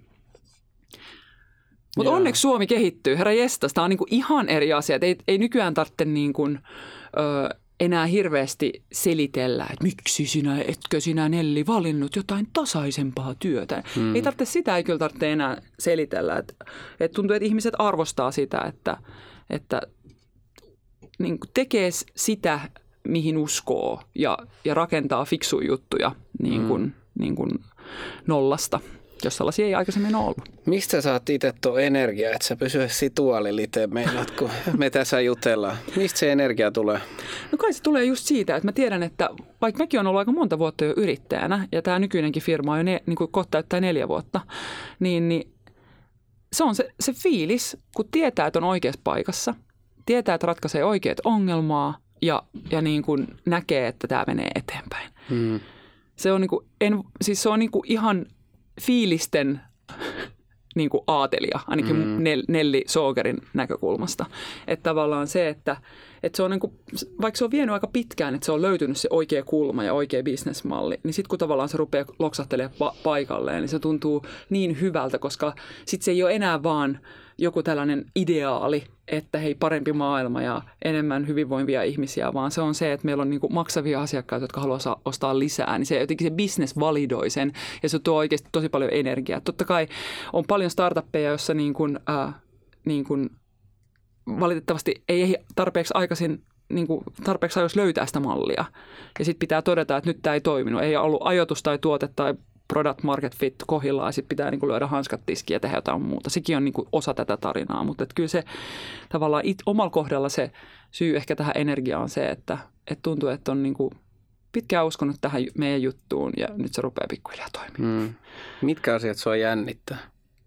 S3: Mutta onneksi Suomi kehittyy. Herra jestas, tämä on niinku ihan eri asia. Ei, ei nykyään tarvitse niinku, ö, enää hirveästi selitellä, että miksi sinä, etkö sinä Nelli valinnut jotain tasaisempaa työtä. Hmm. Ei tarvitse sitä, ei kyllä tarvitse enää selitellä. Et, et tuntuu, että ihmiset arvostaa sitä, että, että niinku tekee sitä, mihin uskoo ja, ja rakentaa fiksuja juttuja niin kuin, hmm. niin kuin nollasta. Jos sellaisia ei aikaisemmin ollut.
S2: Mistä sä oot itse tuo energia, että sä pysyisi tuolilite meillä, kun me tässä jutellaan? Mistä se energia tulee?
S3: No kai se tulee just siitä, että mä tiedän, että vaikka mäkin on ollut aika monta vuotta jo yrittäjänä, ja tämä nykyinenkin firma on jo ne, niin kuin kohta täyttää neljä vuotta, niin, niin se on se, se fiilis, kun tietää, että on oikeassa paikassa, tietää, että ratkaisee oikeat ongelmaa ja, ja niin kuin näkee, että tämä menee eteenpäin. Mm. Se on, niin kuin, en, siis se on niin kuin ihan fiilisten niin kuin aatelia, ainakin mm. Nelli Sogerin näkökulmasta. Että tavallaan se, että, että se on niin kuin, vaikka se on vienyt aika pitkään, että se on löytynyt se oikea kulma ja oikea bisnesmalli, niin sitten kun tavallaan se rupeaa loksahtelemaan pa- paikalleen, niin se tuntuu niin hyvältä, koska sitten se ei ole enää vaan joku tällainen ideaali, että hei, parempi maailma ja enemmän hyvinvoivia ihmisiä, vaan se on se, että meillä on niin kuin maksavia asiakkaita, jotka haluaa ostaa lisää, niin se jotenkin se business validoi sen ja se tuo oikeasti tosi paljon energiaa. Totta kai on paljon startuppeja, joissa niin kuin, äh, niin kuin valitettavasti ei tarpeeksi aikaisin niin kuin tarpeeksi ajoissa löytää sitä mallia. Ja sitten pitää todeta, että nyt tämä ei toiminut. Ei ole ollut ajoitus tai tuote tai product market fit kohdillaan, ja sitten pitää niin kuin lyödä hanskat tiskiin ja tehdä jotain muuta. Sekin on niin kuin osa tätä tarinaa, mutta kyllä se tavallaan it, omalla kohdalla se syy ehkä tähän energiaan on se, että, että tuntuu, että on niin kuin pitkään uskonut tähän meidän juttuun ja nyt se rupeaa pikkuhiljaa toimimaan.
S2: Mm. Mitkä asiat sua jännittää?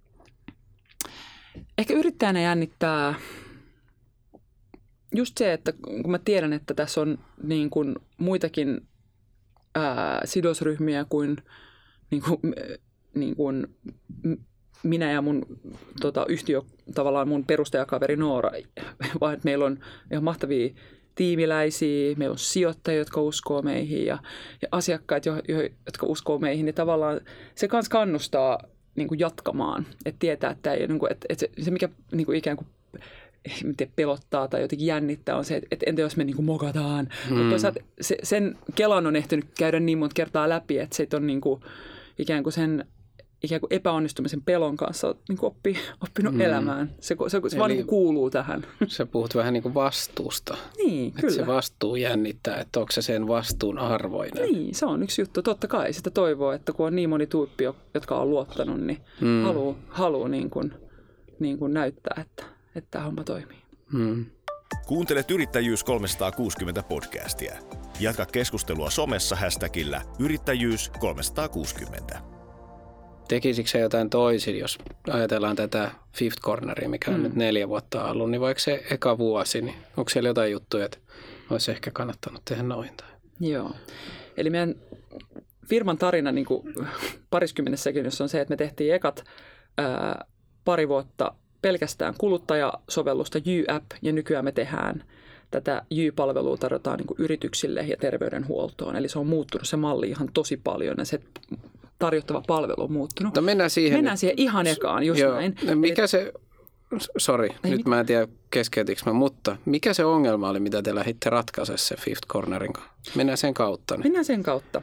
S3: Ehkä yrittäjänä jännittää just se, että kun mä tiedän, että tässä on niin kuin muitakin ää, sidosryhmiä kuin, niin kuin, niin kuin minä ja mun tota, yhtiö, tavallaan mun perustajakaveri Noora, vaan että meillä on ihan mahtavia tiimiläisiä, meillä on sijoittajia, jotka uskoo meihin ja, ja asiakkaita, jotka uskoo meihin, niin tavallaan se kans kannustaa niin kuin jatkamaan, että tietää, että, ei, niin kuin, että, että se, se mikä niin kuin ikään kuin miten pelottaa tai jotenkin jännittää on se, että entä jos me niin kuin mokataan. Mm. Mutta toisaalta se, sen kelan on ehtinyt käydä niin monta kertaa läpi, että se on niin kuin, ikään kuin sen ikään kuin epäonnistumisen pelon kanssa niin kuin oppi, oppinut mm. elämään. Se, se, se vaan niin kuin kuuluu tähän.
S2: Sä puhut vähän niin kuin vastuusta.
S3: Niin, kyllä.
S2: Että se vastuu jännittää, että onko se sen vastuun arvoinen.
S3: Niin, se on yksi juttu. Totta kai sitä toivoo, että kun on niin moni tuippi, jotka on luottanut, niin mm. haluaa haluu niin kuin, niin kuin näyttää, että että tämä homma toimii. Hmm.
S1: Kuuntelet Yrittäjyys kolmesataakuusikymmentä podcastia. Jatka keskustelua somessa hashtagillä Yrittäjyys kolmesataakuusikymmentä.
S2: Tekisikö se jotain toisin, jos ajatellaan tätä Fifth Corneria, mikä on hmm. nyt neljä vuotta ollut, niin vaikka se eka vuosi, niin onko siellä jotain juttuja, että olisi ehkä kannattanut tehdä noin? Tai?
S3: Joo. Eli meidän firman tarina niin kuin pariskymmenessä sekunnissa on se, että me tehtiin ekat ää, pari vuotta pelkästään kuluttajasovellusta Y-App, ja nykyään me tehdään tätä Y-palvelua, tarjotaan niin kuin yrityksille ja terveydenhuoltoon. Eli se on muuttunut se malli ihan tosi paljon, ja se tarjottava palvelu on muuttunut.
S2: No mennään siihen.
S3: Mennään siihen ihan ekaan, just
S2: Joo.
S3: näin.
S2: Mikä Eli... se, sori, nyt mit... mä en tiedä keskeytinkö mä, mutta mikä se ongelma oli, mitä te lähditte ratkaisemaan se Fifth Cornerin kanssa? Mennään sen kautta. Niin.
S3: Mennään sen kautta.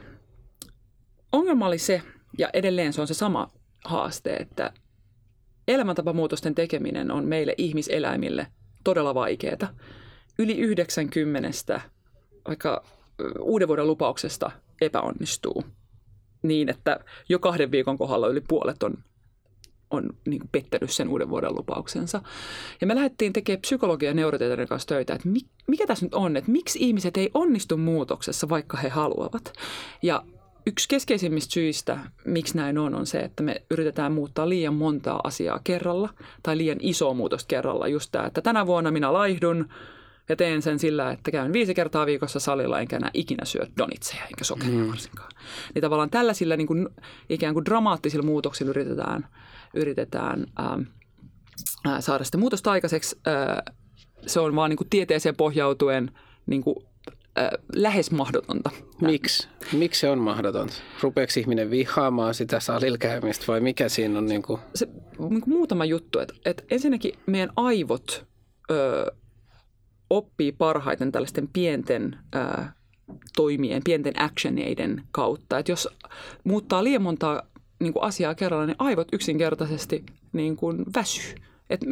S3: Ongelma oli se, ja edelleen se on se sama haaste, että elämäntapamuutosten tekeminen on meille ihmiseläimille todella vaikeaa. Yli yhdeksänkymmentä vaikka uuden vuoden lupauksesta epäonnistuu niin, että jo kahden viikon kohdalla yli puolet on, on niin kuin pettänyt sen uuden vuoden lupauksensa. Ja me lähdettiin tekemään psykologia- ja neurotieteiden kanssa töitä, että mikä tässä nyt on, että miksi ihmiset ei onnistu muutoksessa, vaikka he haluavat. Ja yksi keskeisimmistä syistä, miksi näin on, on se, että me yritetään muuttaa liian montaa asiaa kerralla tai liian isoa muutosta kerralla. Just tämä, että tänä vuonna minä laihdun ja teen sen sillä, että käyn viisi kertaa viikossa salilla enkä enää ikinä syö donitseja enkä sokeria mm. varsinkaan. Niin tavallaan tällaisilla niin kuin, ikään kuin dramaattisilla muutoksilla yritetään, yritetään ää, ää, saada sitä muutosta aikaiseksi. Ää, se on vaan niin kuin tieteeseen pohjautuen niin kuin Äh, lähes mahdotonta.
S2: Miksi? Miksi se on mahdotonta? Rupeeko ihminen vihaamaan sitä salilla käymistä vai mikä siinä on? Niin kuin?
S3: Se niin kuin muutama juttu. Että, että ensinnäkin meidän aivot ö, oppii parhaiten tällaisten pienten ö, toimien, pienten actioneiden kautta. Että jos muuttaa liian montaa niin kuin asiaa kerralla, niin aivot yksinkertaisesti niin kuin väsyy. Että meidän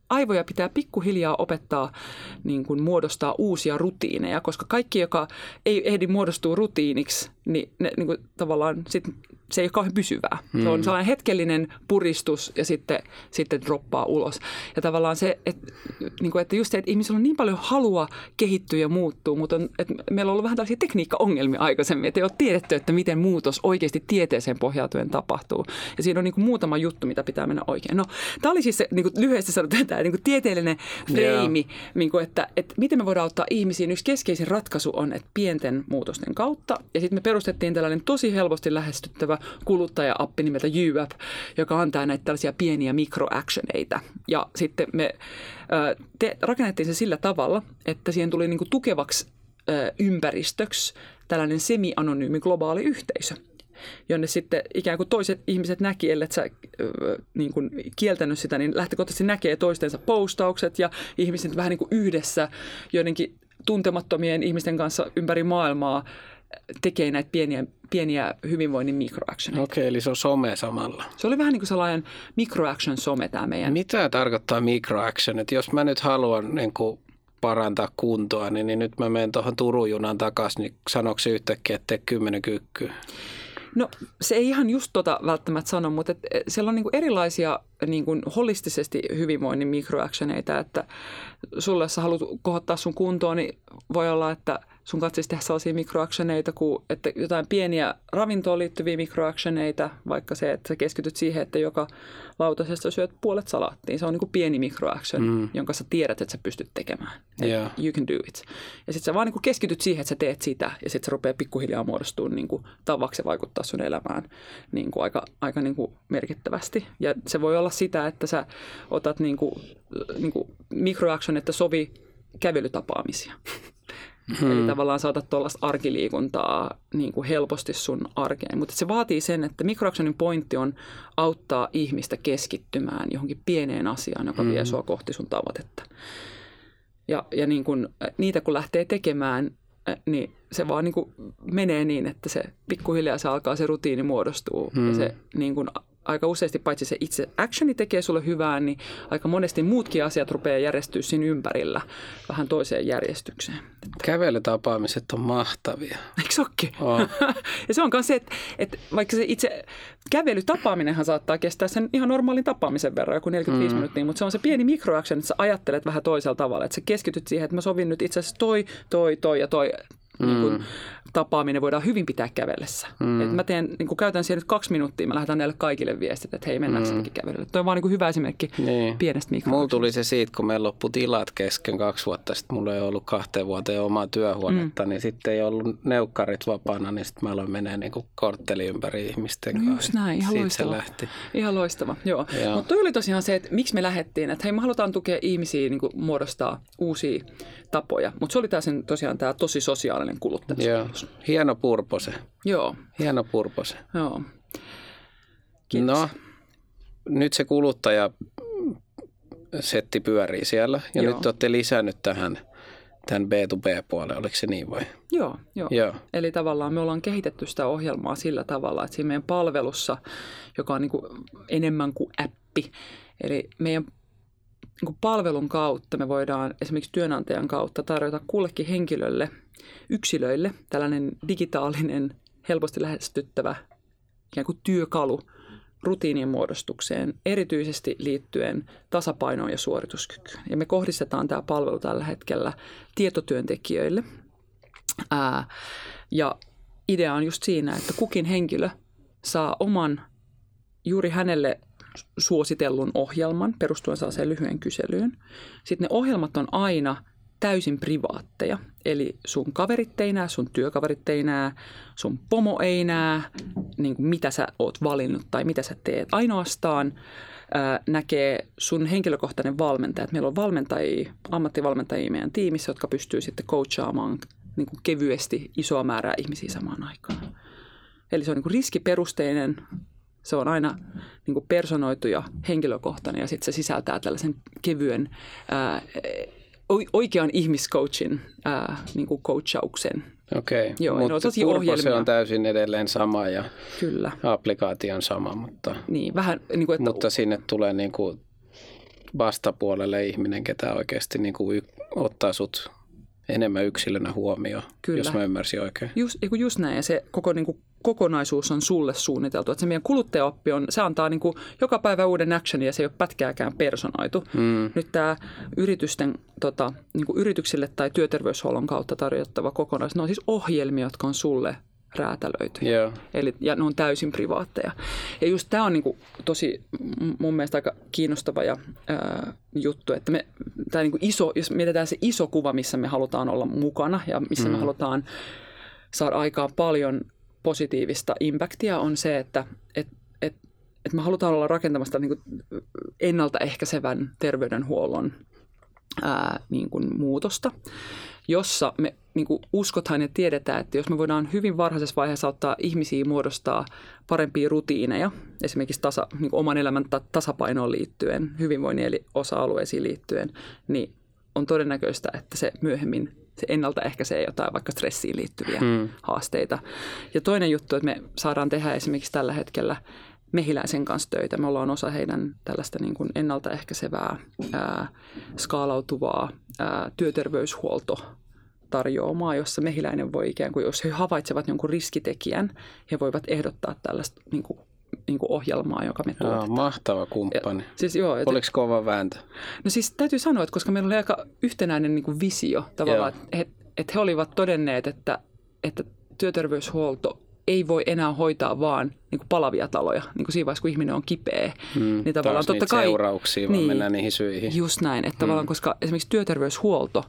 S3: aivoja pitää pikkuhiljaa opettaa niin kuin muodostaa uusia rutiineja, koska kaikki, joka ei ehdi muodostua rutiiniksi, niin, ne, niin kuin tavallaan sit, se ei ole kauhean pysyvää. Mm. Se on sellainen hetkellinen puristus ja sitten, sitten droppaa ulos. Ja tavallaan se, että, niin kuin, että just se, että ihmisillä on niin paljon halua kehittyä ja muuttua, mutta on, että meillä on ollut vähän tällaisia tekniikkaongelmia aikaisemmin, että ei ole tiedetty, että miten muutos oikeasti tieteeseen pohjautuen tapahtuu. Ja siinä on niin kuin muutama juttu, mitä pitää mennä oikein. No, tämä oli siis se, niin kuin lyhyesti sanotaan, tämä niin kuin tieteellinen freimi, yeah. niin kuin, että, että miten me voidaan auttaa ihmisiin. Yksi keskeisin ratkaisu on, että pienten muutosten kautta. Ja sitten me perustettiin tällainen tosi helposti lähestyttävä kuluttaja-appi nimeltä You App, joka antaa näitä tällaisia pieniä mikroactioneita. Ja sitten me te, rakennettiin se sillä tavalla, että siihen tuli niin kuin tukevaksi ympäristöksi tällainen semi-anonyymi globaali yhteisö, jonne sitten ikään kuin toiset ihmiset näki, ellei sä niin kuin kieltänyt sitä, niin lähtökohtaisesti näkee toistensa postaukset ja ihmiset vähän niin kuin yhdessä joidenkin tuntemattomien ihmisten kanssa ympäri maailmaa tekee näitä pieniä, pieniä hyvinvoinnin microactioneita.
S2: Okei, eli se on some samalla.
S3: Se oli vähän niin kuin sellainen microaction some tämä meidän.
S2: Mitä tarkoittaa microaction? Että jos mä nyt haluan niin kuin parantaa kuntoa, niin, niin nyt mä menen tuohon Turun junan takaisin, niin sanoiko se yhtäkkiä, että tee kymmenen kyykkyä?
S3: No se ei ihan just tota välttämättä sano, mutta et, siellä on niinku erilaisia niinku holistisesti hyvinvoinnin microactioneita, että sulle jos sä haluat kohottaa sun kuntoa, niin voi olla, että sun katsisi tehdä sellaisia microactioneita kuin, että jotain pieniä ravintoon liittyviä microactioneita, vaikka se, että sä keskityt siihen, että joka lautasesta syöt puolet salaattiin. Se on niin kuin pieni microaction, mm. jonka sä tiedät, että sä pystyt tekemään. Yeah. You can do it. Ja sitten sä vaan niin kuin keskityt siihen, että sä teet sitä, ja sitten se rupeaa pikkuhiljaa muodostumaan niin kuin tavaksi ja vaikuttaa sun elämään niin kuin aika, aika niin kuin merkittävästi. Ja se voi olla sitä, että sä otat niin kuin, niin kuin microaction, että sovi kävelytapaamisia. Hmm. Eli tavallaan saatat tuollaista arkiliikuntaa niin kuin helposti sun arkeen. Mutta se vaatii sen, että microactionin pointti on auttaa ihmistä keskittymään johonkin pieneen asiaan, joka hmm. vie sua kohti sun tavoitetta. Ja, ja niin kun, niitä kun lähtee tekemään, niin se vaan niin kuin menee niin, että se pikkuhiljaa se alkaa se rutiini muodostuu. Hmm. Ja se niin kuin aika useasti paitsi se itse actioni tekee sulle hyvää, niin aika monesti muutkin asiat rupeaa järjestyä siinä ympärillä vähän toiseen järjestykseen.
S2: Kävelytapaamiset on mahtavia.
S3: Eikö se olekin?
S2: Oh.
S3: Ja se on myös se, että, että vaikka se itse kävelytapaaminenhan saattaa kestää sen ihan normaalin tapaamisen verran, joku neljäkymmentäviisi mm. minuuttia, mutta se on se pieni microaction, että sä ajattelet vähän toisella tavalla, että sä keskityt siihen, että mä sovin nyt itse asiassa toi, toi, toi ja toi. Mm. Niin kun tapaaminen voidaan hyvin pitää kävellessä. Mm. Et mä teen, niin kun käytän siihen nyt kaksi minuuttia, mä lähetän näille kaikille viestit, että hei, mennään mm. sinnekin kävelylle. Toi on vaan niin kuin hyvä esimerkki niin. pienestä mikroactionista.
S2: Mulla tuli se siitä, kun meillä loppui tilat kesken kaksi vuotta sitten, mulla ei ollut kahteen vuoteen omaa työhuonetta, mm. niin sitten ei ollut neukkarit vapaana, niin sitten mä aloin menee niin kuin kortteli ympäri ihmisten kanssa.
S3: No just näin, ihan
S2: siitä
S3: loistava.
S2: Se lähti.
S3: Ihan loistava, joo. joo. Mutta toi oli tosiaan se, että miksi me lähdettiin, että hei, me halutaan tukea ihmisiä niin kuin muodostaa uusia tapoja. Mutta se oli tää sen, tosiaan tämä tosi sosiaalinen kuluttamisen.
S2: Hieno purpose.
S3: Joo.
S2: Hieno purpose.
S3: Joo. Kiitos.
S2: No, nyt se kuluttaja setti pyörii siellä ja joo. nyt olette lisännyt tähän tämän B to B-puolen, oliko se niin vai?
S3: Joo, joo. joo. Eli tavallaan me ollaan kehitetty sitä ohjelmaa sillä tavalla, että siinä meidän palvelussa, joka on niin kuin enemmän kuin appi, eli meidän niin kuin palvelun kautta me voidaan esimerkiksi työnantajan kautta tarjota kullekin henkilölle, yksilöille tällainen digitaalinen, helposti lähestyttävä ikään kuin työkalu rutiinien muodostukseen, erityisesti liittyen tasapainoon ja suorituskykyyn. Ja me kohdistetaan tämä palvelu tällä hetkellä tietotyöntekijöille. Ää, ja idea on just siinä, että kukin henkilö saa oman juuri hänelle suositellun ohjelman perustuen sellaiseen lyhyen kyselyyn. Sitten ne ohjelmat on aina täysin privaatteja, eli sun kaverit ei näe, sun työkaverit ei näe, sun pomo ei näe, niin kuin mitä sä oot valinnut tai mitä sä teet. Ainoastaan ää, näkee sun henkilökohtainen valmentaja. Meillä on valmentajia, ammattivalmentajia meidän tiimissä, jotka pystyy sitten coachaamaan niin kuin kevyesti isoa määrää ihmisiä samaan aikaan. Eli se on niin kuin riskiperusteinen. Se on aina niin kuin personoitu ja henkilökohtainen ja sitten se sisältää tällaisen kevyen ää, oikean ihmiscoachin ää, niin kuin coachauksen.
S2: Okei, Joo, mutta purpose on täysin edelleen sama ja Kyllä. applikaatio on sama, mutta,
S3: niin, vähän, niin kuin, että,
S2: mutta sinne tulee niin kuin vastapuolelle ihminen, ketä oikeasti niin kuin y- ottaa sut enemmän yksilönä huomioon, Kyllä. jos mä ymmärsin oikein.
S3: Just, just näin, ja se koko niin kuin, kokonaisuus on sulle suunniteltu. Että se meidän kuluttajaoppi on, se antaa niin kuin, joka päivä uuden actionin ja se ei ole pätkääkään personoitu. Mm. Nyt tämä yritysten, tota, niin kuin yrityksille tai työterveyshuollon kautta tarjottava kokonaisuus, ne on siis ohjelmia, jotka on sulle räätälöity. Yeah. Eli, ja ne on täysin privaatteja. Ja just tämä on niinku tosi mun mielestä aika kiinnostava ja, ää, juttu, että me, tää niinku iso, jos mietitään se iso kuva, missä me halutaan olla mukana ja missä mm. me halutaan saada aikaan paljon positiivista impactia, on se, että et, et, et me halutaan olla rakentamasta niinku ennaltaehkäisevän terveydenhuollon ää, niinku muutosta, jossa me niin kuin uskotaan ja tiedetään, että jos me voidaan hyvin varhaisessa vaiheessa auttaa ihmisiä muodostaa parempia rutiineja, esimerkiksi tasa, niin kuin oman elämän tasapainoon liittyen, hyvinvoinnin eli osa-alueisiin liittyen, niin on todennäköistä, että se myöhemmin se ennaltaehkäisee jotain vaikka stressiin liittyviä hmm. haasteita. Ja toinen juttu, että me saadaan tehdä esimerkiksi tällä hetkellä Mehiläisen kanssa töitä. Me ollaan osa heidän tällaista niin kuin ennaltaehkäisevää, ää, skaalautuvaa ää, työterveyshuoltotarjoamaa, jossa Mehiläinen voi ikään kuin, jos he havaitsevat jonkun riskitekijän, he voivat ehdottaa tällaista niin kuin, niin kuin ohjelmaa, joka me tuotetaan.
S2: Joo, mahtava kumppani.
S3: Ja, siis joo, et,
S2: Oliko kova vääntö?
S3: No siis täytyy sanoa, että koska meillä oli aika yhtenäinen niin kuin visio tavallaan, että et, et he olivat todenneet, että, että työterveyshuolto ei voi enää hoitaa vaan niin kuin palavia taloja, niin kuin siinä vaiheessa, kun ihminen on kipeä.
S2: Mm, niin tavallaan totta kai seurauksia, vaan niin, mennään niihin syihin.
S3: Just näin, että mm. tavallaan, koska esimerkiksi työterveyshuolto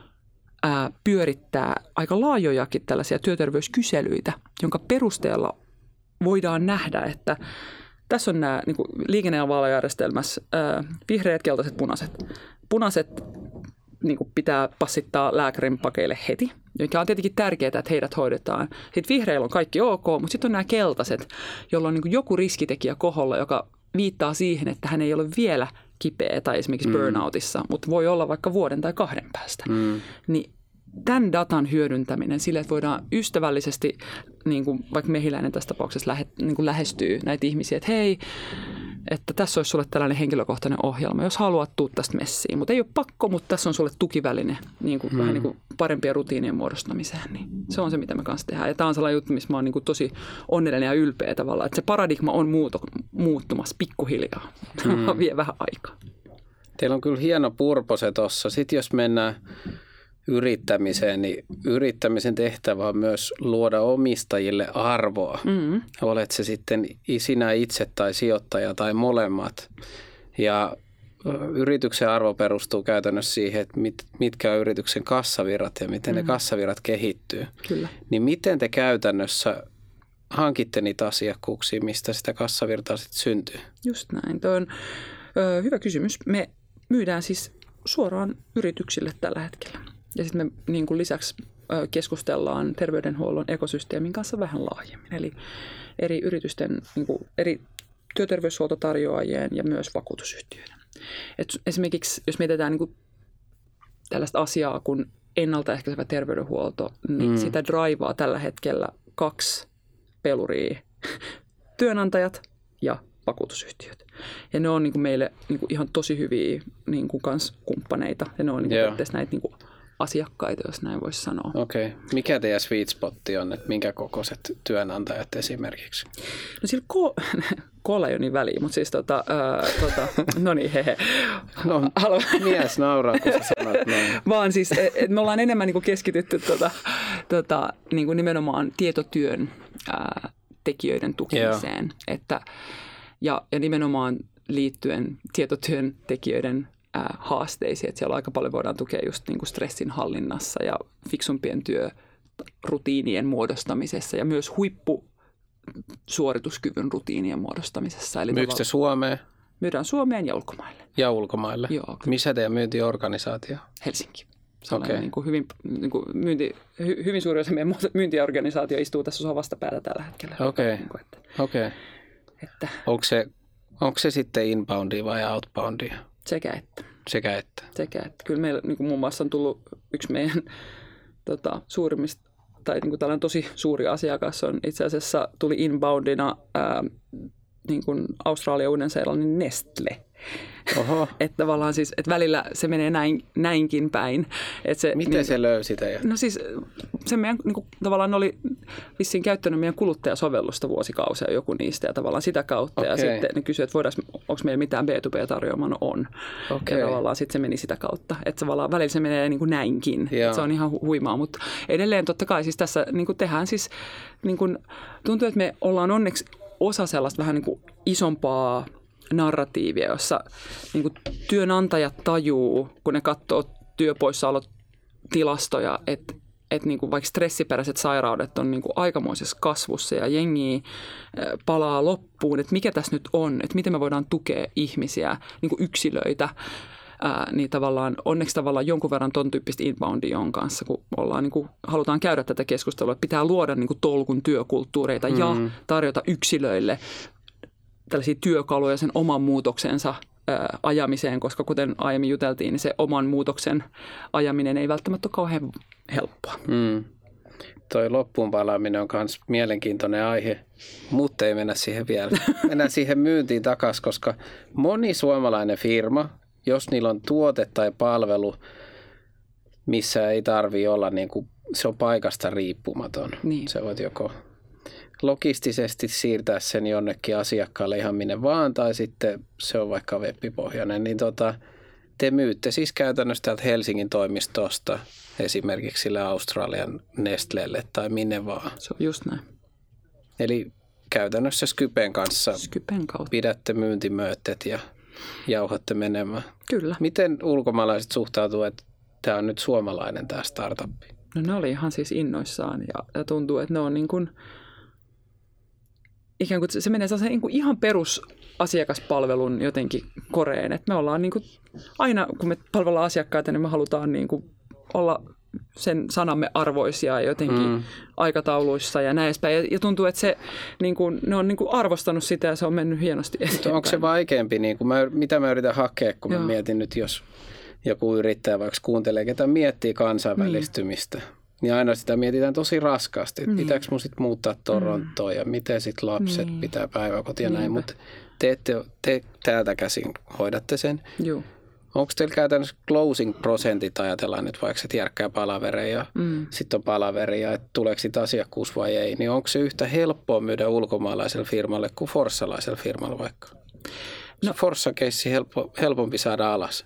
S3: ää, pyörittää aika laajojakin tällaisia työterveyskyselyitä, jonka perusteella voidaan nähdä, että tässä on nämä niin kuin liikennevalojärjestelmässä ää, vihreät, keltaiset, punaiset. Punaiset niin kuin pitää passittaa lääkärin pakeille heti, joka on tietenkin tärkeää, että heidät hoidetaan. Sitten vihreillä on kaikki ok, mutta sitten on nämä keltaiset, jolla on niin kuin joku riskitekijä koholla, joka viittaa siihen, että hän ei ole vielä kipeä tai esimerkiksi mm. burnoutissa, mutta voi olla vaikka vuoden tai kahden päästä. Mm. Niin tämän datan hyödyntäminen sille, että voidaan ystävällisesti, niin kuin vaikka Mehiläinen tässä tapauksessa lähe, niin kuin lähestyy näitä ihmisiä, että hei, että tässä olisi sulle tällainen henkilökohtainen ohjelma, jos haluat tuu tästä messiin. Mutta ei ole pakko, mutta tässä on sulle tukiväline niin kuin, hmm. vähän niin kuin parempien rutiinien muodostamiseen. Niin se on se, mitä me kanssa tehdään. Ja tämä on sellainen juttu, missä mä oon niin kuin tosi onnellinen ja ylpeä tavallaan, että se paradigma on muuto, muuttumassa pikkuhiljaa. Hmm. Vie vähän aikaa.
S2: Teillä on kyllä hieno purpose tuossa. Sitten jos mennään yrittämiseen, niin yrittämisen tehtävä on myös luoda omistajille arvoa. Mm-hmm. Olet se sitten sinä itse tai sijoittaja tai molemmat. Ja yrityksen arvo perustuu käytännössä siihen, että mit, mitkä on yrityksen kassavirrat ja miten mm-hmm. ne kassavirrat kehittyy.
S3: Kyllä.
S2: Niin miten te käytännössä hankitte niitä asiakkuuksia, mistä sitä kassavirtaa sitten syntyy?
S3: Just näin. Tuo on ö, hyvä kysymys. Me myydään siis suoraan yrityksille tällä hetkellä. Ja sitten me niin kuin lisäksi keskustellaan terveydenhuollon ekosysteemin kanssa vähän laajemmin. Eli eri yritysten, niin kuin eri työterveyshuoltotarjoajien ja myös vakuutusyhtiöiden. Et esimerkiksi jos mietitään niin kuin tällaista asiaa kuin ennaltaehkäisevä terveydenhuolto, niin mm. sitä draivaa tällä hetkellä kaksi peluria. Työnantajat ja vakuutusyhtiöt. Ja ne on niin kuin meille niin kuin ihan tosi hyviä niin kuin kans kumppaneita. Ja ne on niin kuin yeah. näitä niin kuin asiakkaita, jos näin voisi sanoa.
S2: Okei. Okay. Mikä teidän sweet spotti on, että minkä kokoiset työnantajat esimerkiksi?
S3: No sillä ko- koolla ei ole niin väliä, mutta siis tota, ää, tota no niin, hehe.
S2: No, mies nauraa, kun sä sanot näin.
S3: Vaan siis, et me ollaan enemmän niin kuin keskitytty tota, tota, niin kuin nimenomaan tietotyön ää, tekijöiden tukemiseen. Että, ja, ja nimenomaan liittyen tietotyön tekijöiden ää, haasteisiin. Että siellä aika paljon voidaan tukea just niin kuin stressin hallinnassa ja fiksumpien työrutiinien muodostamisessa ja myös huippusuorituskyvyn rutiinien muodostamisessa.
S2: Myykö te Suomeen?
S3: Myydään Suomeen ja ulkomaille.
S2: Ja ulkomaille?
S3: Joo.
S2: Missä teidän myyntiorganisaatio?
S3: Helsinki. Okay. Niin kuin hyvin, niin kuin myynti, hy, hyvin suuri osa meidän myyntiorganisaatio istuu tässä osa vastapäätä tällä hetkellä.
S2: Okei. Okay.
S3: Niin että,
S2: okay.
S3: että,
S2: onko, se, onko se sitten inboundia vai outboundia?
S3: Sekä että.
S2: Sekä että.
S3: Sekä että. Kyllä meillä niin kuin muun muassa on tullut yksi meidän tota, suurimmista, tai niin kuin tällainen tosi suuri asiakas on itse asiassa tuli inboundina ää, niin kuin Australia, Uuden-Seelannin Nestle.
S2: Oho.
S3: Että tavallaan siis, että välillä se menee näin, näinkin päin. Että se,
S2: Miten
S3: niin,
S2: se löysi teidän?
S3: No siis se meidän niin kuin, tavallaan oli vissiin käyttänyt meidän kuluttajasovellusta vuosikausia joku niistä ja tavallaan sitä kautta.
S2: Okay.
S3: Ja sitten ne kysyivät, että onko meillä mitään B two B tarjoamaa, no on.
S2: Okay.
S3: Ja tavallaan sitten se meni sitä kautta. Että tavallaan välillä se menee niin kuin näinkin. Että se on ihan hu- huimaa, mutta edelleen totta kai siis tässä niin kuin tehdään siis, niin kuin, tuntuu, että me ollaan onneksi osa sellaista vähän niin kuin isompaa narratiivia, jossa niin kuin työnantajat tajuu, kun ne katsoo työpoissaolotilastoja, että, että niin kuin vaikka stressiperäiset sairaudet on niin kuin aikamoisessa kasvussa ja jengi palaa loppuun, että mikä tässä nyt on, että miten me voidaan tukea ihmisiä, niin kuin yksilöitä, ää, niin tavallaan onneksi tavallaan jonkun verran ton tyyppistä inboundia on kanssa, kun ollaan, niin kuin, halutaan käydä tätä keskustelua, että pitää luoda niin kuin tolkun työkulttuureita mm. ja tarjota yksilöille tällaisia työkaluja sen oman muutoksensa ää, ajamiseen, koska kuten aiemmin juteltiin, niin se oman muutoksen ajaminen ei välttämättä ole kauhean helppoa.
S2: Mm. Toi loppuun palaaminen on myös mielenkiintoinen aihe, mutta ei mennä siihen vielä. Mennään siihen myyntiin takaisin, koska moni suomalainen firma, jos niillä on tuote tai palvelu, missä ei tarvitse olla, niin kuin, se on paikasta riippumaton.
S3: Niin.
S2: Se voit joko logistisesti siirtää sen jonnekin asiakkaalle ihan minne vaan, tai sitten se on vaikka web-pohjainen, niin tota, te myytte siis käytännössä täältä Helsingin toimistosta esimerkiksi sille Australian Nestlelle tai minne vaan.
S3: Se on just näin.
S2: Eli käytännössä Skypen kanssa
S3: Skypen kautta.
S2: pidätte myyntimööttet ja jauhatte menemään.
S3: Kyllä.
S2: Miten ulkomaalaiset suhtautuu, että tämä on nyt suomalainen tämä startuppi?
S3: No ne oli ihan siis innoissaan ja, ja tuntuu, että ne on niin kuin ikään kuin se menee sellaisen niin kuin ihan perusasiakaspalvelun jotenkin koreen. Että me ollaan niin kuin, aina kun me palvellaan asiakkaita, niin me halutaan niin kuin olla sen sanamme arvoisia jotenkin mm. aikatauluissa ja näin edespäin. Ja, ja tuntuu, että se, niin kuin, ne on niin kuin arvostanut sitä ja se on mennyt hienosti eteenpäin.
S2: Onko se vaikeampi, niin kuin mä, mitä mä yritän hakea, kun Joo. mä mietin nyt, jos joku yrittäjä vaikka kuuntelee, ketä miettii kansainvälistymistä. Niin. Niin aina sitä mietitään tosi raskaasti, että niin. pitääkö mun sitten muuttaa Torontoon mm. ja miten sitten lapset niin. pitää päiväkotia ja näin, mutta te, ette, te täältä käsin hoidatte sen.
S3: Joo.
S2: Onko teillä käytännössä closing-prosentit, ajatellaan nyt vaikka, että järkkää palavereja ja mm. sitten on palaveria, että tuleeko siitä asiakkuus vai ei, niin onko se yhtä helppoa myydä ulkomaalaiselle firmalle kuin forssalaiselle firmalle vaikka? No. Forssa-keissi helppo, helpompi saada alas.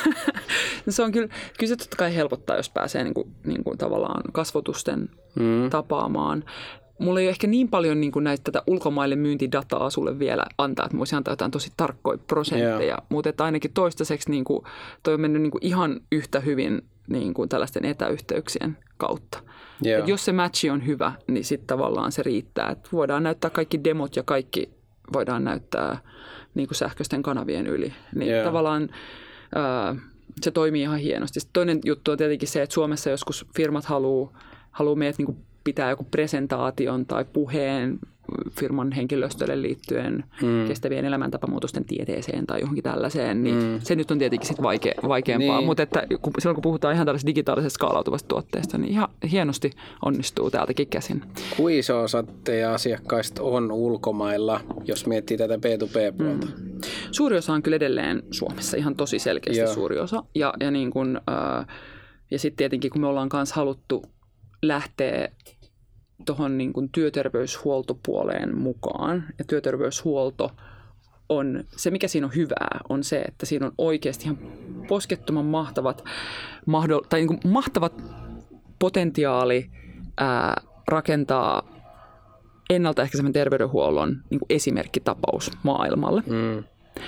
S3: No se on kyllä, kyllä se totta kai helpottaa, jos pääsee niin kuin, niin kuin tavallaan kasvotusten mm. tapaamaan. Mulla ei ole ehkä niin paljon niin kuin näitä tätä ulkomaille myyntidataa sulle vielä antaa, että mä voisin antaa jotain tosi tarkkoja prosentteja, yeah. mutta että ainakin toistaiseksi niin kuin, toi on mennyt niin kuin ihan yhtä hyvin niin kuin tällaisten etäyhteyksien kautta. Yeah. Et jos se matchi on hyvä, niin sitten tavallaan se riittää. Et voidaan näyttää kaikki demot ja kaikki voidaan näyttää niin kuin sähköisten kanavien yli. Niin yeah. tavallaan ää, se toimii ihan hienosti. Sitten toinen juttu on tietenkin se, että Suomessa joskus firmat haluaa haluu meidät niin kuin pitää joku presentaation tai puheen firman henkilöstölle liittyen mm. kestävien elämäntapamuutosten tieteeseen tai johonkin tällaiseen, niin mm. se nyt on tietenkin sit vaike, vaikeampaa. Niin. Mutta että kun, silloin kun puhutaan ihan tällaisesta digitaalisesta skaalautuvasta tuotteesta, niin ihan hienosti onnistuu täältäkin käsin.
S2: Kuinka iso osa teidän asiakkaista on ulkomailla, jos miettii tätä B two B-puolta? Mm.
S3: Suuri osa on kyllä edelleen Suomessa, ihan tosi selkeästi Joo. suuri osa. Ja, ja, niin kun, äh, ja sitten tietenkin, kun me ollaan myös haluttu lähteä tuohon niin kuin työterveyshuoltopuoleen mukaan. Ja työterveyshuolto on, se mikä siinä on hyvää, on se, että siinä on oikeasti ihan poskettoman mahtavat, mahdoll, tai niin kuin mahtavat potentiaali ää, rakentaa ennaltaehkäisevän terveydenhuollon niin kuin esimerkkitapaus maailmalle. Mm.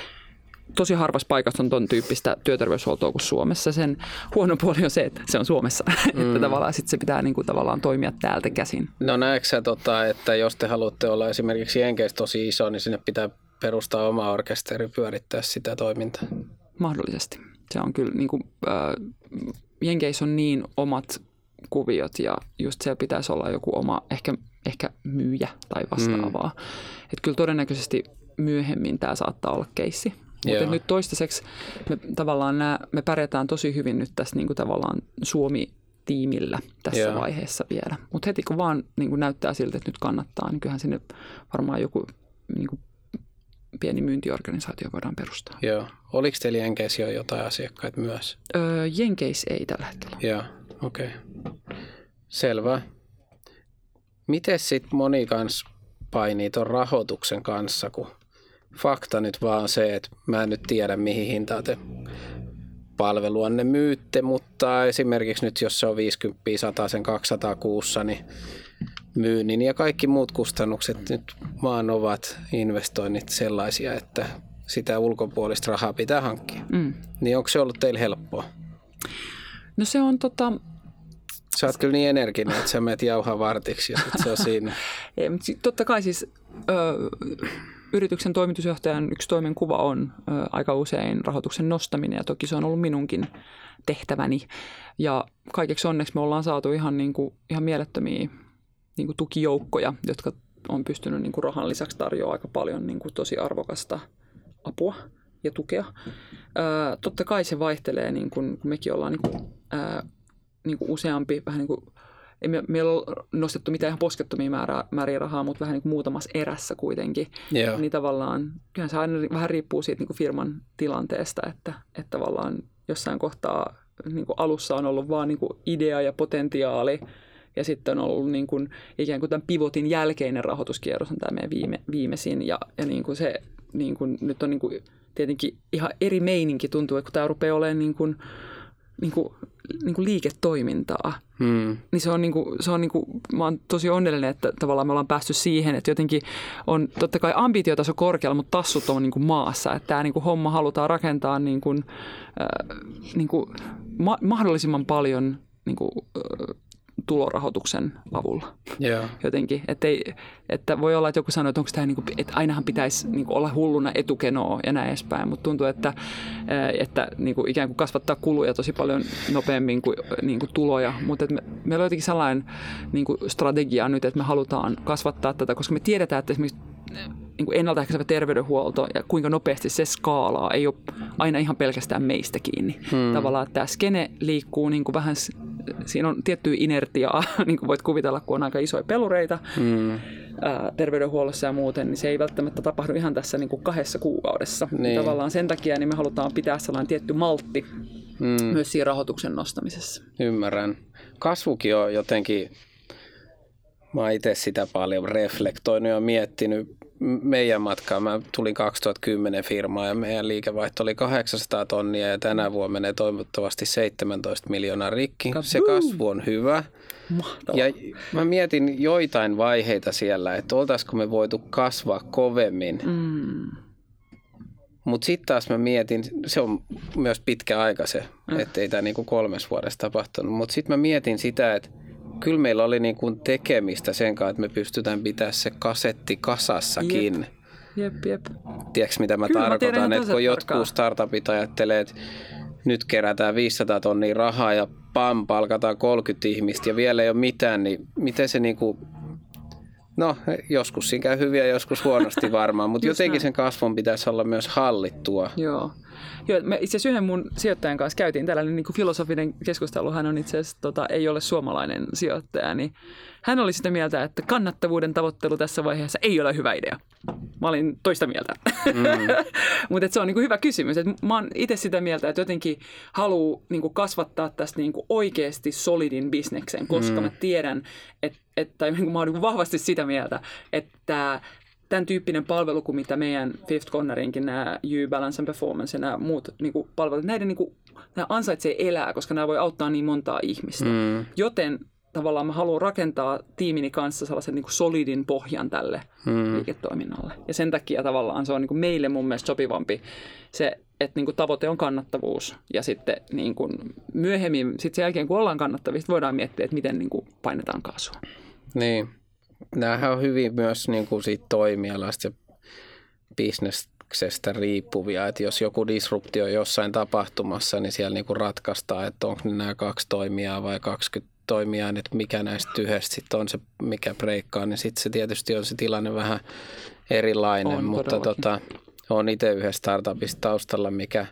S3: Tosi harvassa paikassa on ton tyyppistä työterveyshuoltoa kuin Suomessa. Sen huono puoli on se, että se on Suomessa. Mm. että tavallaan sit se pitää niinku tavallaan toimia täältä käsin.
S2: No näetkö sä, tota, että jos te haluatte olla esimerkiksi Jenkeissä tosi iso, niin sinne pitää perustaa oma orkesteri pyörittää sitä toimintaa?
S3: Mahdollisesti. Se on kyllä, niinku, äh, Jenkeissä on niin omat kuviot ja just siellä pitäisi olla joku oma ehkä, ehkä myyjä tai vastaavaa. Mm. Että kyllä todennäköisesti myöhemmin tämä saattaa olla keissi. Mutta nyt toistaiseksi me tavallaan nää, me pärjätään tosi hyvin nyt tässä niin kuin tavallaan Suomi-tiimillä tässä Joo. vaiheessa vielä. Mutta heti kun vaan niin kuin näyttää siltä, että nyt kannattaa, niin kyllähän sinne varmaan joku niin kuin pieni myyntiorganisaatio voidaan perustaa.
S2: Joo. Oliko teillä Jenkeissä jo jotain asiakkaita myös?
S3: Öö, Jenkeissä ei tällä hetkellä.
S2: Joo, okei. Okay. Selvä. Miten sitten moni kans painii ton rahoituksen kanssa, kun fakta nyt vaan se, että mä en nyt tiedä mihin hintaan te palveluanne myytte, mutta esimerkiksi nyt jos se on viisikymmentä, sata, sen kaksisataa kuussa, niin myynnin ja kaikki muut kustannukset nyt vaan ovat investoinnit sellaisia, että sitä ulkopuolista rahaa pitää hankkia. Mm. Niin onko se ollut teille helppoa?
S3: No se on tota...
S2: Sä oot kyllä niin energinen, että sä menet jauhaa vartiksi ja sit se on siinä.
S3: Ei, mutta totta kai siis ö, yrityksen toimitusjohtajan yksi toimenkuva on ö, aika usein rahoituksen nostaminen ja toki se on ollut minunkin tehtäväni. Ja kaikeksi onneksi me ollaan saatu ihan, niin kuin, ihan mielettömiä niin kuin tukijoukkoja, jotka on pystynyt niin kuin rahan lisäksi tarjoamaan aika paljon niin kuin tosi arvokasta apua ja tukea. Ö, totta kai se vaihtelee, niin kuin, kun mekin ollaan niin kuin, ö, niin kuin useampi, vähän niin kuin, ei me, meillä ole nostettu mitään ihan poskettomia määrää, määriä rahaa, mutta vähän niin kuin muutamassa erässä kuitenkin. Yeah. Niin tavallaan, kyllähän se aina vähän riippuu siitä niin kuin firman tilanteesta, että, että tavallaan jossain kohtaa niin kuin alussa on ollut vaan niin kuin idea ja potentiaali, ja sitten on ollut niin kuin, ikään kuin tämän pivotin jälkeinen rahoituskierros on tämä meidän viime, viimeisin, ja, ja niin kuin se niin kuin, nyt on niin kuin, tietenkin ihan eri meininki tuntuu, että kun tämä rupeaa olemaan niin kuin, niin kuin, niin kuin liiketoimintaa, hmm. niin se on, niin kuin, se on niin kuin, mä oon tosi onnellinen, että tavallaan me ollaan päästy siihen, että jotenkin on totta kai ambitiotaso korkealla, mutta tassut on niin kuin maassa, että tämä niin kuin homma halutaan rakentaa niin kuin, äh, niin kuin ma- mahdollisimman paljon niin kuin, äh, tulorahoituksen avulla. Yeah. Jotenkin, että, ei, että voi olla, että joku sanoo, että onko tämä niin kuin, että ainahan pitäisi niin kuin olla hulluna etukenoa ja näin edespäin, mutta tuntuu, että, että niin kuin ikään kuin kasvattaa kuluja tosi paljon nopeammin kuin, niin kuin tuloja, mutta että me, meillä on jotenkin sellainen niin kuin strategia nyt, että me halutaan kasvattaa tätä, koska me tiedetään, että esimerkiksi niin kuin ennaltaehkäisevä terveydenhuolto ja kuinka nopeasti se skaalaa ei ole aina ihan pelkästään meistä kiinni. Hmm. Tavallaan, että tämä skene liikkuu niin kuin vähän, siinä on tiettyä inertiaa, niin kuin voit kuvitella, kun on aika isoja pelureita hmm. ää, terveydenhuollossa ja muuten, niin se ei välttämättä tapahdu ihan tässä niin kuin kahdessa kuukaudessa. Niin. Tavallaan sen takia niin me halutaan pitää sellainen tietty maltti hmm. myös siinä rahoituksen nostamisessa.
S2: Ymmärrän. Kasvukin on jotenkin, mä oon itse sitä paljon reflektoinut ja miettinyt meidän matkaa. Mä tulin kaksituhattakymmenen firmaan ja meidän liikevaihto oli kahdeksansataa tonnia ja tänä vuonna menee toivottavasti seitsemäntoista miljoonaa rikki. Se kasvu on hyvä. Mahtavaa. Ja mä mietin joitain vaiheita siellä, että oltaisiko me voitu kasvaa kovemmin. Mm. Mutta sitten taas mä mietin, se on myös pitkä aika se, mm. ettei tämä niinku kolmes vuodessa tapahtunut. Mutta sitten mä mietin sitä, että kyllä meillä oli niin kuin tekemistä sen kanssa, että me pystytään pitämään se kasetti kasassakin.
S3: Jep, jep. jep.
S2: Tiedätkö, mitä mä kyllä tarkoitan? Mä että kun jotkut startupit ajattelee, että nyt kerätään viisisataa tonnia rahaa ja pam, palkataan kolmekymmentä ihmistä ja vielä ei ole mitään, niin miten se niin kuin, no joskus siinä käy hyviä, joskus huonosti varmaan, mutta jotenkin näin. Sen kasvun pitäisi olla myös hallittua.
S3: Joo. Joo, me itse asiassa yhden mun sijoittajan kanssa käytiin tällainen niin kuin filosofinen keskustelu. Hän on itse asiassa, tota, ei ole suomalainen sijoittaja, niin hän oli sitä mieltä, että kannattavuuden tavoittelu tässä vaiheessa ei ole hyvä idea. Mä olin toista mieltä. Mm. Mutta se on niin kuin hyvä kysymys. Et mä oon itse sitä mieltä, että jotenkin haluaa niin kuin kasvattaa tästä niin kuin oikeasti solidin bisneksen, koska mm. mä tiedän, että, että niin kuin mä oon niin kuin vahvasti sitä mieltä, että tämän tyyppinen palvelu kuin mitä meidän Fifth Cornerinkin, nämä U, Balance and Performance ja nämä muut niin kuin palvelut, näiden niin kuin, nämä ansaitsee elää, koska nämä voi auttaa niin montaa ihmistä. Mm. Joten tavallaan mä haluan rakentaa tiimini kanssa sellaisen niin kuin solidin pohjan tälle mm. liiketoiminnalle. Ja sen takia tavallaan se on niin kuin meille mun mielestä sopivampi se, että niin kuin tavoite on kannattavuus. Ja sitten niin kuin myöhemmin, sitten sen jälkeen kun ollaan kannattavia, voidaan miettiä, että miten niin kuin painetaan kaasua.
S2: Niin. Nämähän on hyvin myös niin kuin siitä toimialasta ja bisneksestä riippuvia, että jos joku disruptio on jossain tapahtumassa, niin siellä niin kuin ratkaistaan, että onko ne nämä kaksi toimijaa vai kaksikymmentä toimijaa, että mikä näistä yhdestä sitten on se, mikä breikkaa, niin sitten se tietysti on se tilanne vähän erilainen, on, mutta tota, olen itse yhdessä startupista taustalla, mikä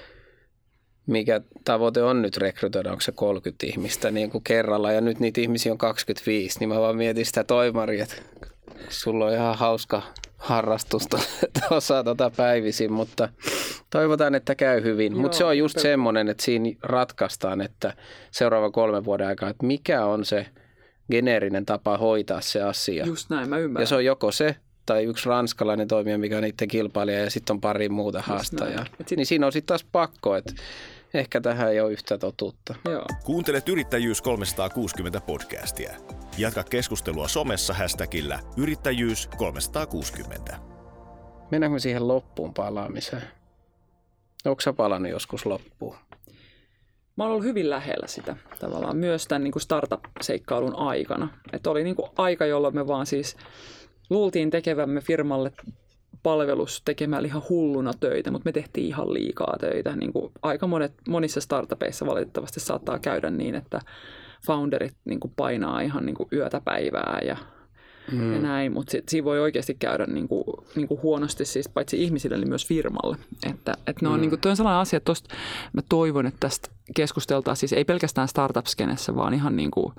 S2: mikä tavoite on nyt rekrytoida, onko se kolmekymmentä ihmistä niin kuin kerralla ja nyt niitä ihmisiä on kaksikymmentäviisi, niin mä vaan mietin sitä toimaria, että sulla on ihan hauska harrastusta tuossa tota päivisin, mutta toivotaan, että käy hyvin. Mutta se on just per... semmoinen, että siinä ratkaistaan, että seuraavan kolmen vuoden aikaa, että mikä on se geneerinen tapa hoitaa se asia.
S3: Just näin, mä ymmärrän.
S2: Ja se on joko se, tai yksi ranskalainen toimija, mikä on niiden kilpailija, ja sitten on pari muuta haastajaa. Sit... Niin siinä on sitten taas pakko, että ehkä tähän ei ole yhtä totuutta.
S3: Joo.
S1: Kuuntelet Yrittäjyys kolmesataakuusikymmentä podcastia. Jatka keskustelua somessa hashtagillä Yrittäjyys kolmesataakuusikymmentä.
S2: Mennäänkö me siihen loppuun palaamiseen? Onko sä palannut joskus loppuun?
S3: Mä oon ollut hyvin lähellä sitä tavallaan myös tämän niin kuin startup-seikkailun aikana. Että oli niin kuin aika, jolloin me vaan siis luultiin tekevämme firmalle palvelus tekemällä ihan hulluna töitä, mutta me tehtiin ihan liikaa töitä. Niin kuin aika monet, monissa startupeissa valitettavasti saattaa käydä niin, että founderit niin kuin painaa ihan niin kuin yötä päivää ja, mm. ja näin, mutta siinä voi oikeasti käydä niin kuin, niin kuin huonosti siis paitsi ihmisille, niin myös firmalle. Että, että ne on, mm. niin kuin, toi on sellainen asia, että tosta mä toivon, että tästä keskusteltaisiin siis ei pelkästään startup-skenessä, vaan ihan niin kuin,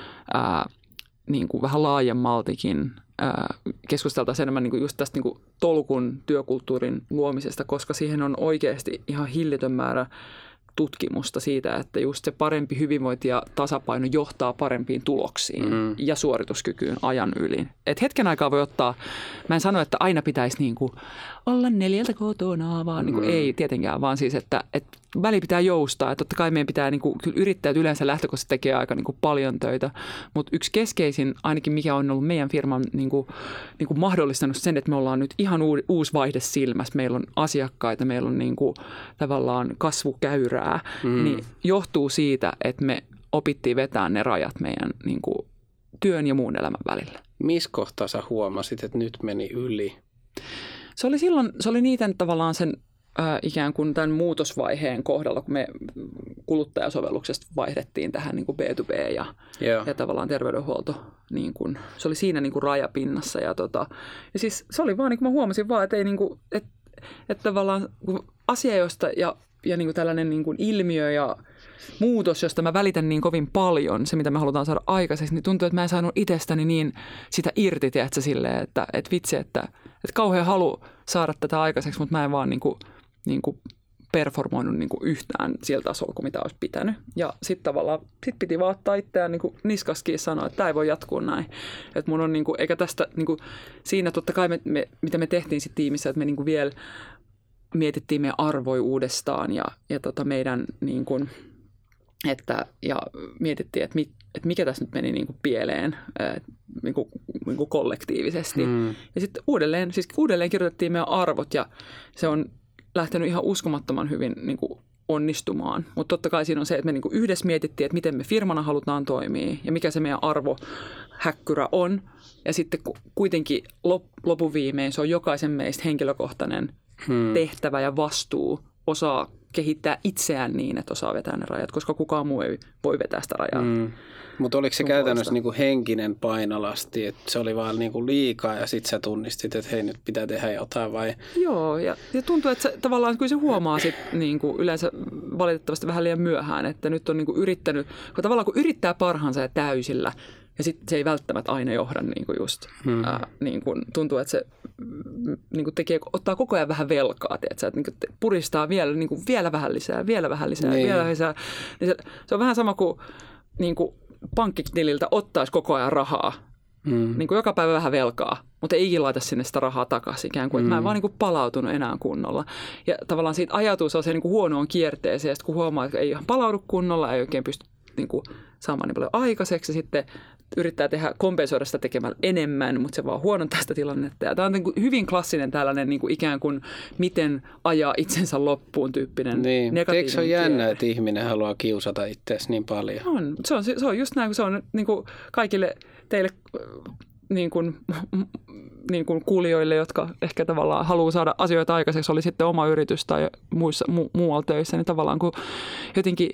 S3: ää, niin kuin vähän laajemmaltikin ää, keskusteltaisiin enemmän niin kuin just tästä niin kuin tolkun työkulttuurin luomisesta, koska siihen on oikeasti ihan hillitön määrä tutkimusta siitä, että just se parempi hyvinvointi ja tasapaino johtaa parempiin tuloksiin mm. ja suorituskykyyn ajan yli. Et hetken aikaa voi ottaa, mä en sano, että aina pitäisi niinku olla neljältä kotona, vaan niinku mm. ei tietenkään, vaan siis, että et väli pitää joustaa. Et totta kai meidän pitää, niinku, kyllä yrittäjät yleensä lähtökohtaisesti tekee aika niinku paljon töitä, mutta yksi keskeisin, ainakin mikä on ollut meidän firman niinku, niinku mahdollistanut sen, että me ollaan nyt ihan uusi vaihde silmässä. Meillä on asiakkaita, meillä on niinku, tavallaan kasvukäyrää. Mm. Niin johtuu siitä, että me opittiin vetää ne rajat meidän niin kuin, työn ja muun elämän välillä.
S2: Missä kohtaa sä huomasit, että nyt meni yli?
S3: Se oli silloin, se oli niiden tavallaan sen äh, ikään kuin tämän muutosvaiheen kohdalla, kun me kuluttajasovelluksesta vaihdettiin tähän niin kuin B to B ja, ja tavallaan terveydenhuolto. Niin kuin, se oli siinä niin kuin rajapinnassa. Ja, tota, ja siis se oli vaan, niin kuin mä huomasin vaan, että, ei, niin kuin, että, että tavallaan asia, josta ja ja niin kuin tällainen niin kuin ilmiö ja muutos, josta mä välitän niin kovin paljon, se mitä me halutaan saada aikaiseksi, niin tuntuu, että mä en saanut itsestäni niin sitä irti, tiedätkö, silleen, että, että vitsi, että, että kauhean halu saada tätä aikaiseksi, mutta mä en vaan niin kuin, niin kuin performoinut niin kuin yhtään sillä tasolla, kuin mitä olisi pitänyt. Ja sitten tavallaan, sit piti vaan ottaa itseään niin niskaskin sanoa, että tämä ei voi jatkuu näin. Että mun on niin kuin, eikä tästä, niin kuin, siinä totta kai me, me, mitä me tehtiin sitten tiimissä, että me niin kuin vielä mietittiin meidän arvoja uudestaan ja, ja tota meidän niin kuin, että, ja mietittiin, että, mit, että mikä tässä nyt meni niin kuin pieleen ää, niin kuin, niin kuin kollektiivisesti. Mm. Ja sitten uudelleen, siis uudelleen kirjoitettiin meidän arvot ja se on lähtenyt ihan uskomattoman hyvin niin kuin onnistumaan. Mutta totta kai siinä on se, että me niin kuin yhdessä mietittiin, että miten me firmana halutaan toimia ja mikä se meidän arvohäkkyrä on. Ja sitten kuitenkin lop, lopuviimein se on jokaisen meistä henkilökohtainen Hmm. tehtävä ja vastuu osaa kehittää itseään niin, että osaa vetää ne rajat, koska kukaan muu ei voi vetää sitä rajaa. Hmm.
S2: Mutta oliko se käytännössä niinku henkinen painolasti, että se oli vaan niinku liikaa ja sitten sä tunnistit, että hei nyt pitää tehdä jotain vai?
S3: Joo, ja, ja tuntuu, että se, tavallaan kyllä se huomaa sit, niinku, yleensä valitettavasti vähän liian myöhään, että nyt on niinku yrittänyt, kun tavallaan kun yrittää parhaansa ja täysillä, ja sitten se ei välttämättä aina johda niin kuin just. Hmm. Ää, niin kuin tuntuu, että se niin kuin tekee, ottaa koko ajan vähän velkaa, tiedätkö? Että niin kuin puristaa vielä, niin kuin vielä vähän lisää, vielä vähän lisää, niin. vielä lisää. Niin se, se on vähän sama kuin, niin kuin pankkitililtä ottaisi koko ajan rahaa. Hmm. Niin kuin joka päivä vähän velkaa, mutta ei ikinä laita sinne sitä rahaa takaisin ikään kuin. Hmm. Että mä en vaan niin kuin palautunut enää kunnolla. Ja tavallaan siitä ajatus on se niin kuin huonoon kierteeseen, ja sitten kun huomaa, että ei ihan palaudu kunnolla, ei oikein pysty niin kuin saamaan niin paljon aikaiseksi, ja sitten yrittää tehdä, kompensoida sitä tekemällä enemmän, mutta se vaan huonontaa sitä tilannetta. Ja tämä on niin kuin hyvin klassinen tällainen niin kuin ikään kuin miten ajaa itsensä loppuun tyyppinen
S2: niin.
S3: negatiivinen
S2: Eikö se ole jännä, että ihminen haluaa kiusata itseäsi niin paljon?
S3: On. Se on, se on just näin, kun se on niin kuin kaikille teille niin kuin, niin kuin kuulijoille, jotka ehkä tavallaan haluaa saada asioita aikaiseksi, oli sitten oma yritys tai muissa, mu, muualla töissä, niin tavallaan kun jotenkin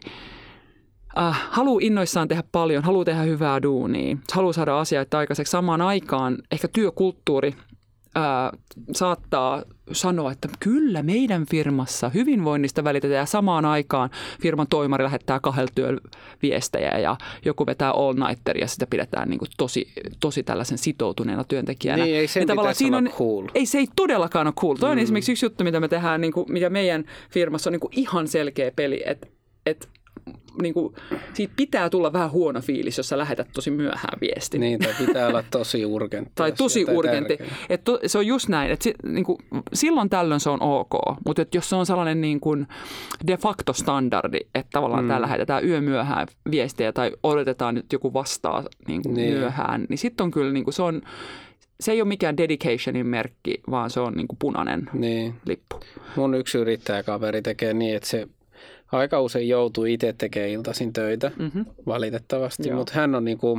S3: Äh, haluaa innoissaan tehdä paljon, haluaa tehdä hyvää duunia, haluaa saada asioita aikaiseksi. Samaan aikaan ehkä työkulttuuri ää, saattaa sanoa, että kyllä meidän firmassa hyvinvoinnista välitetään ja samaan aikaan firman toimari lähettää kahdella työllä viestejä ja joku vetää all-nighter ja sitä pidetään niin kuin tosi, tosi tällaisen sitoutuneena työntekijänä.
S2: Niin, ei sen
S3: niin
S2: pitäisi olla
S3: on,
S2: cool.
S3: Ei, se ei todellakaan ole cool. Toi on
S2: mm.
S3: esimerkiksi yksi juttu, mitä me tehdään, niin kuin, mikä meidän firmassa on niin kuin ihan selkeä peli, että et, niin kuin, siitä pitää tulla vähän huono fiilis, jos sä lähetät tosi myöhään viestin.
S2: Niin, tai pitää olla tosi urgentti.
S3: tai tosi urgentti. Et to, se on just näin, että si, niin kuin, silloin tällöin se on ok, mutta jos se on sellainen niin kuin de facto standardi, että tavallaan mm. täällä lähetetään yömyöhään viestejä tai odotetaan, että joku vastaa niin kuin niin. myöhään, niin sitten on kyllä, niin kuin, se, on, se ei ole mikään dedicationin merkki, vaan se on niin kuin punainen niin. lippu.
S2: Mun yksi yrittäjäkaveri tekee niin, että se aika usein joutuu itse tekemään iltaisin töitä, mm-hmm. valitettavasti, mutta hän on niinku,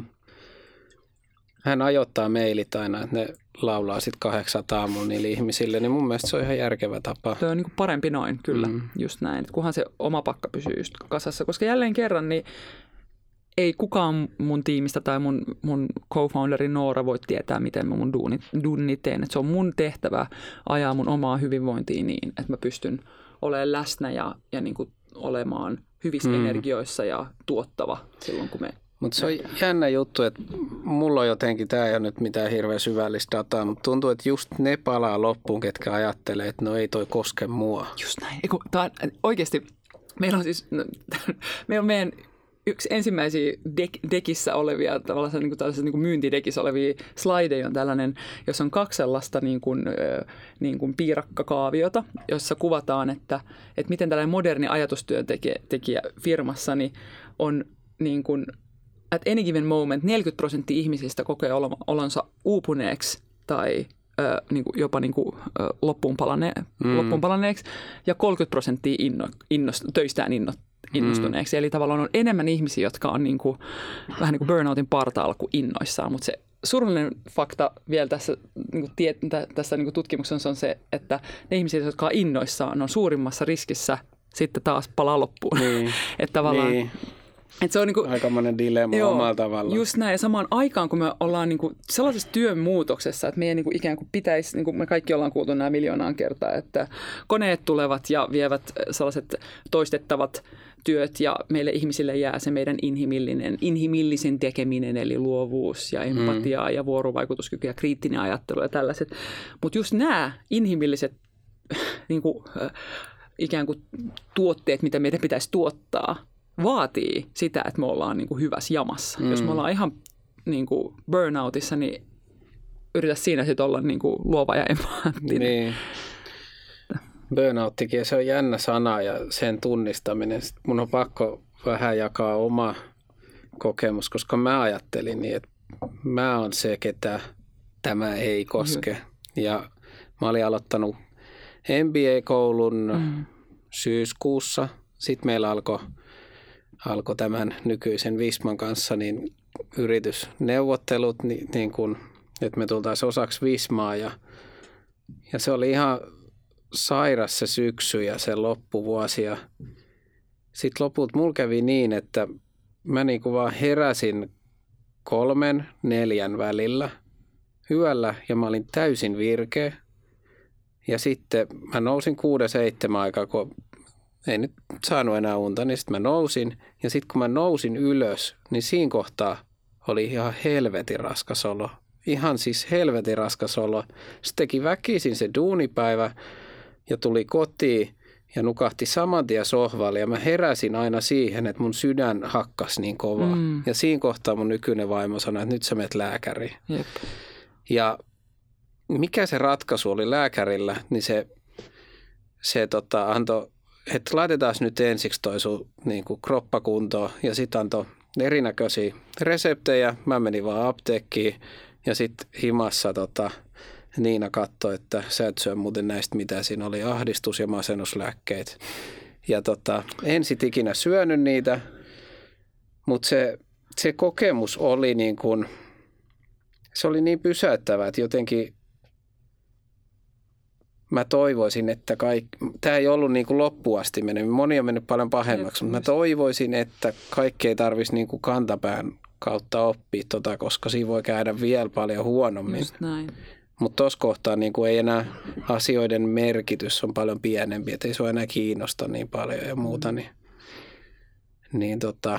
S2: hän ajoittaa mailit aina, että ne laulaa sitten kahdeksan aamulla niille ihmisille, niin mun mielestä se on ihan järkevä tapa.
S3: Tuo on niinku parempi noin, kyllä, mm. just näin, kunhan se oma pakka pysyy just kasassa, koska jälleen kerran, niin ei kukaan mun tiimistä tai mun, mun co-founderi Noora voi tietää, miten mä mun duunit, duunit teen, että se on mun tehtävä ajaa mun omaa hyvinvointia niin, että mä pystyn olemaan läsnä ja, ja niin kuin olemaan hyvissä mm. energioissa ja tuottava silloin, kun me...
S2: Mutta se on jännä juttu, että mulla on jotenkin, tämä ei ole nyt mitään hirveän syvällistä dataa, mutta tuntuu, että just ne palaa loppuun, ketkä ajattelee, että no ei toi koske mua.
S3: Just näin. Eiku, tää on, oikeasti, meillä on siis, no, meillä on meidän yksi ensimmäisiä dek, dekissä olevia, tavallaan niin kuin tällaisessa niin kuin myyntidekissä olevia slideja on tällainen, jossa on kaksi sellaista niin kuin, niin kuin piirakkakaaviota, jossa kuvataan, että, että miten tällainen moderni ajatustyöntekijä firmassa niin on niin kuin, at any given moment neljäkymmentä prosenttia ihmisistä kokee olonsa uupuneeksi tai ö, niin kuin jopa niin kuin, ö, loppuun, palane, mm. loppuun palaneeksi ja kolmekymmentä prosenttia inno, innost, töistään inno, innostuneeksi. Mm. Eli tavallaan on enemmän ihmisiä, jotka on niin kuin, vähän niin kuin burnoutin partaalla kuin innoissaan, mutta se surullinen fakta vielä tässä, niin kuin tie, tässä niin kuin tutkimuksessa on se, että ne ihmiset, jotka on innoissaan, on suurimmassa riskissä sitten taas palaa loppuun.
S2: Niin.
S3: että tavallaan... Niin. Että se on niinku,
S2: aikamoinen dilemma joo, omalla tavallaan.
S3: Just näin. Ja samaan aikaan, kun me ollaan niinku sellaisessa työn muutoksessa, että meidän niinku ikään kuin pitäisi, niinku me kaikki ollaan kuultu nämä miljoonaan kertaa, että koneet tulevat ja vievät sellaiset toistettavat työt ja meille ihmisille jää se meidän inhimillinen, inhimillisen tekeminen, eli luovuus ja empatiaa mm. ja vuorovaikutuskyky ja kriittinen ajattelu ja tällaiset. Mutta just nämä inhimilliset niinku, ikään kuin tuotteet, mitä meidän pitäisi tuottaa, vaatii sitä, että me ollaan niin kuin hyvässä jamassa. Mm. Jos me ollaan ihan niin kuin burnoutissa, niin yritä siinä sitten olla niin kuin luova ja empaattinen.
S2: Niin. Burnouttikin, se on jännä sana ja sen tunnistaminen. Sitten mun on pakko vähän jakaa oma kokemus, koska mä ajattelin niin, että mä oon se, ketä tämä ei koske. Mm. Ja mä olin aloittanut M B A-koulun mm. syyskuussa. Sitten meillä alkoi alkoi tämän nykyisen Visman kanssa niin yritysneuvottelut, niin, niin kun, että me tultaisiin osaksi Vismaa. Ja, ja se oli ihan sairas se syksy ja se loppuvuosi. Ja sitten loput mulla kävi niin, että mä niin kuin vaan heräsin kolmen, neljän välillä yöllä ja mä olin täysin virkeä. Ja sitten mä nousin kuuden, seitsemän aikaa, kun ei nyt saanut enää unta, niin sitten mä nousin. Ja sitten kun mä nousin ylös, niin siinä kohtaa oli ihan helvetin raskas olo. Ihan siis helvetin raskas olo. Sitten teki väkisin se duunipäivä ja tuli kotiin ja nukahti saman tien sohvalle. Ja mä heräsin aina siihen, että mun sydän hakkas niin kovaa. Mm. Ja siinä kohtaa mun nykyinen vaimo sanoi, että nyt sä menet lääkäriin. Jep. Ja mikä se ratkaisu oli lääkärillä, niin se, se tota, antoi, että laitetaan nyt ensiksi toi sun niin kuin kroppakuntoon ja sitten antoi erinäköisiä reseptejä. Mä menin vaan apteekkiin ja sitten himassa tota, Niina katsoi, että sä et syö muuten näistä mitä. Siinä oli ahdistus- ja masennuslääkkeet. Ja tota, en sit ikinä syönyt niitä, mutta se, se kokemus oli niin kuin, se oli niin pysäyttävä, että jotenkin mä toivoisin, että kaikki, tämä ei ollut niin kuin loppuun asti mennyt, moni on mennyt paljon pahemmaksi, mutta mä toivoisin, että kaikki ei tarvitsisi niin kuin kantapään kautta oppia tota, koska siinä voi käydä vielä paljon huonommin.
S3: Just näin.
S2: Mutta tuossa kohtaa niin ei enää asioiden merkitys on paljon pienempi, että ei se ole enää kiinnosta niin paljon ja muuta. Niin, niin tota,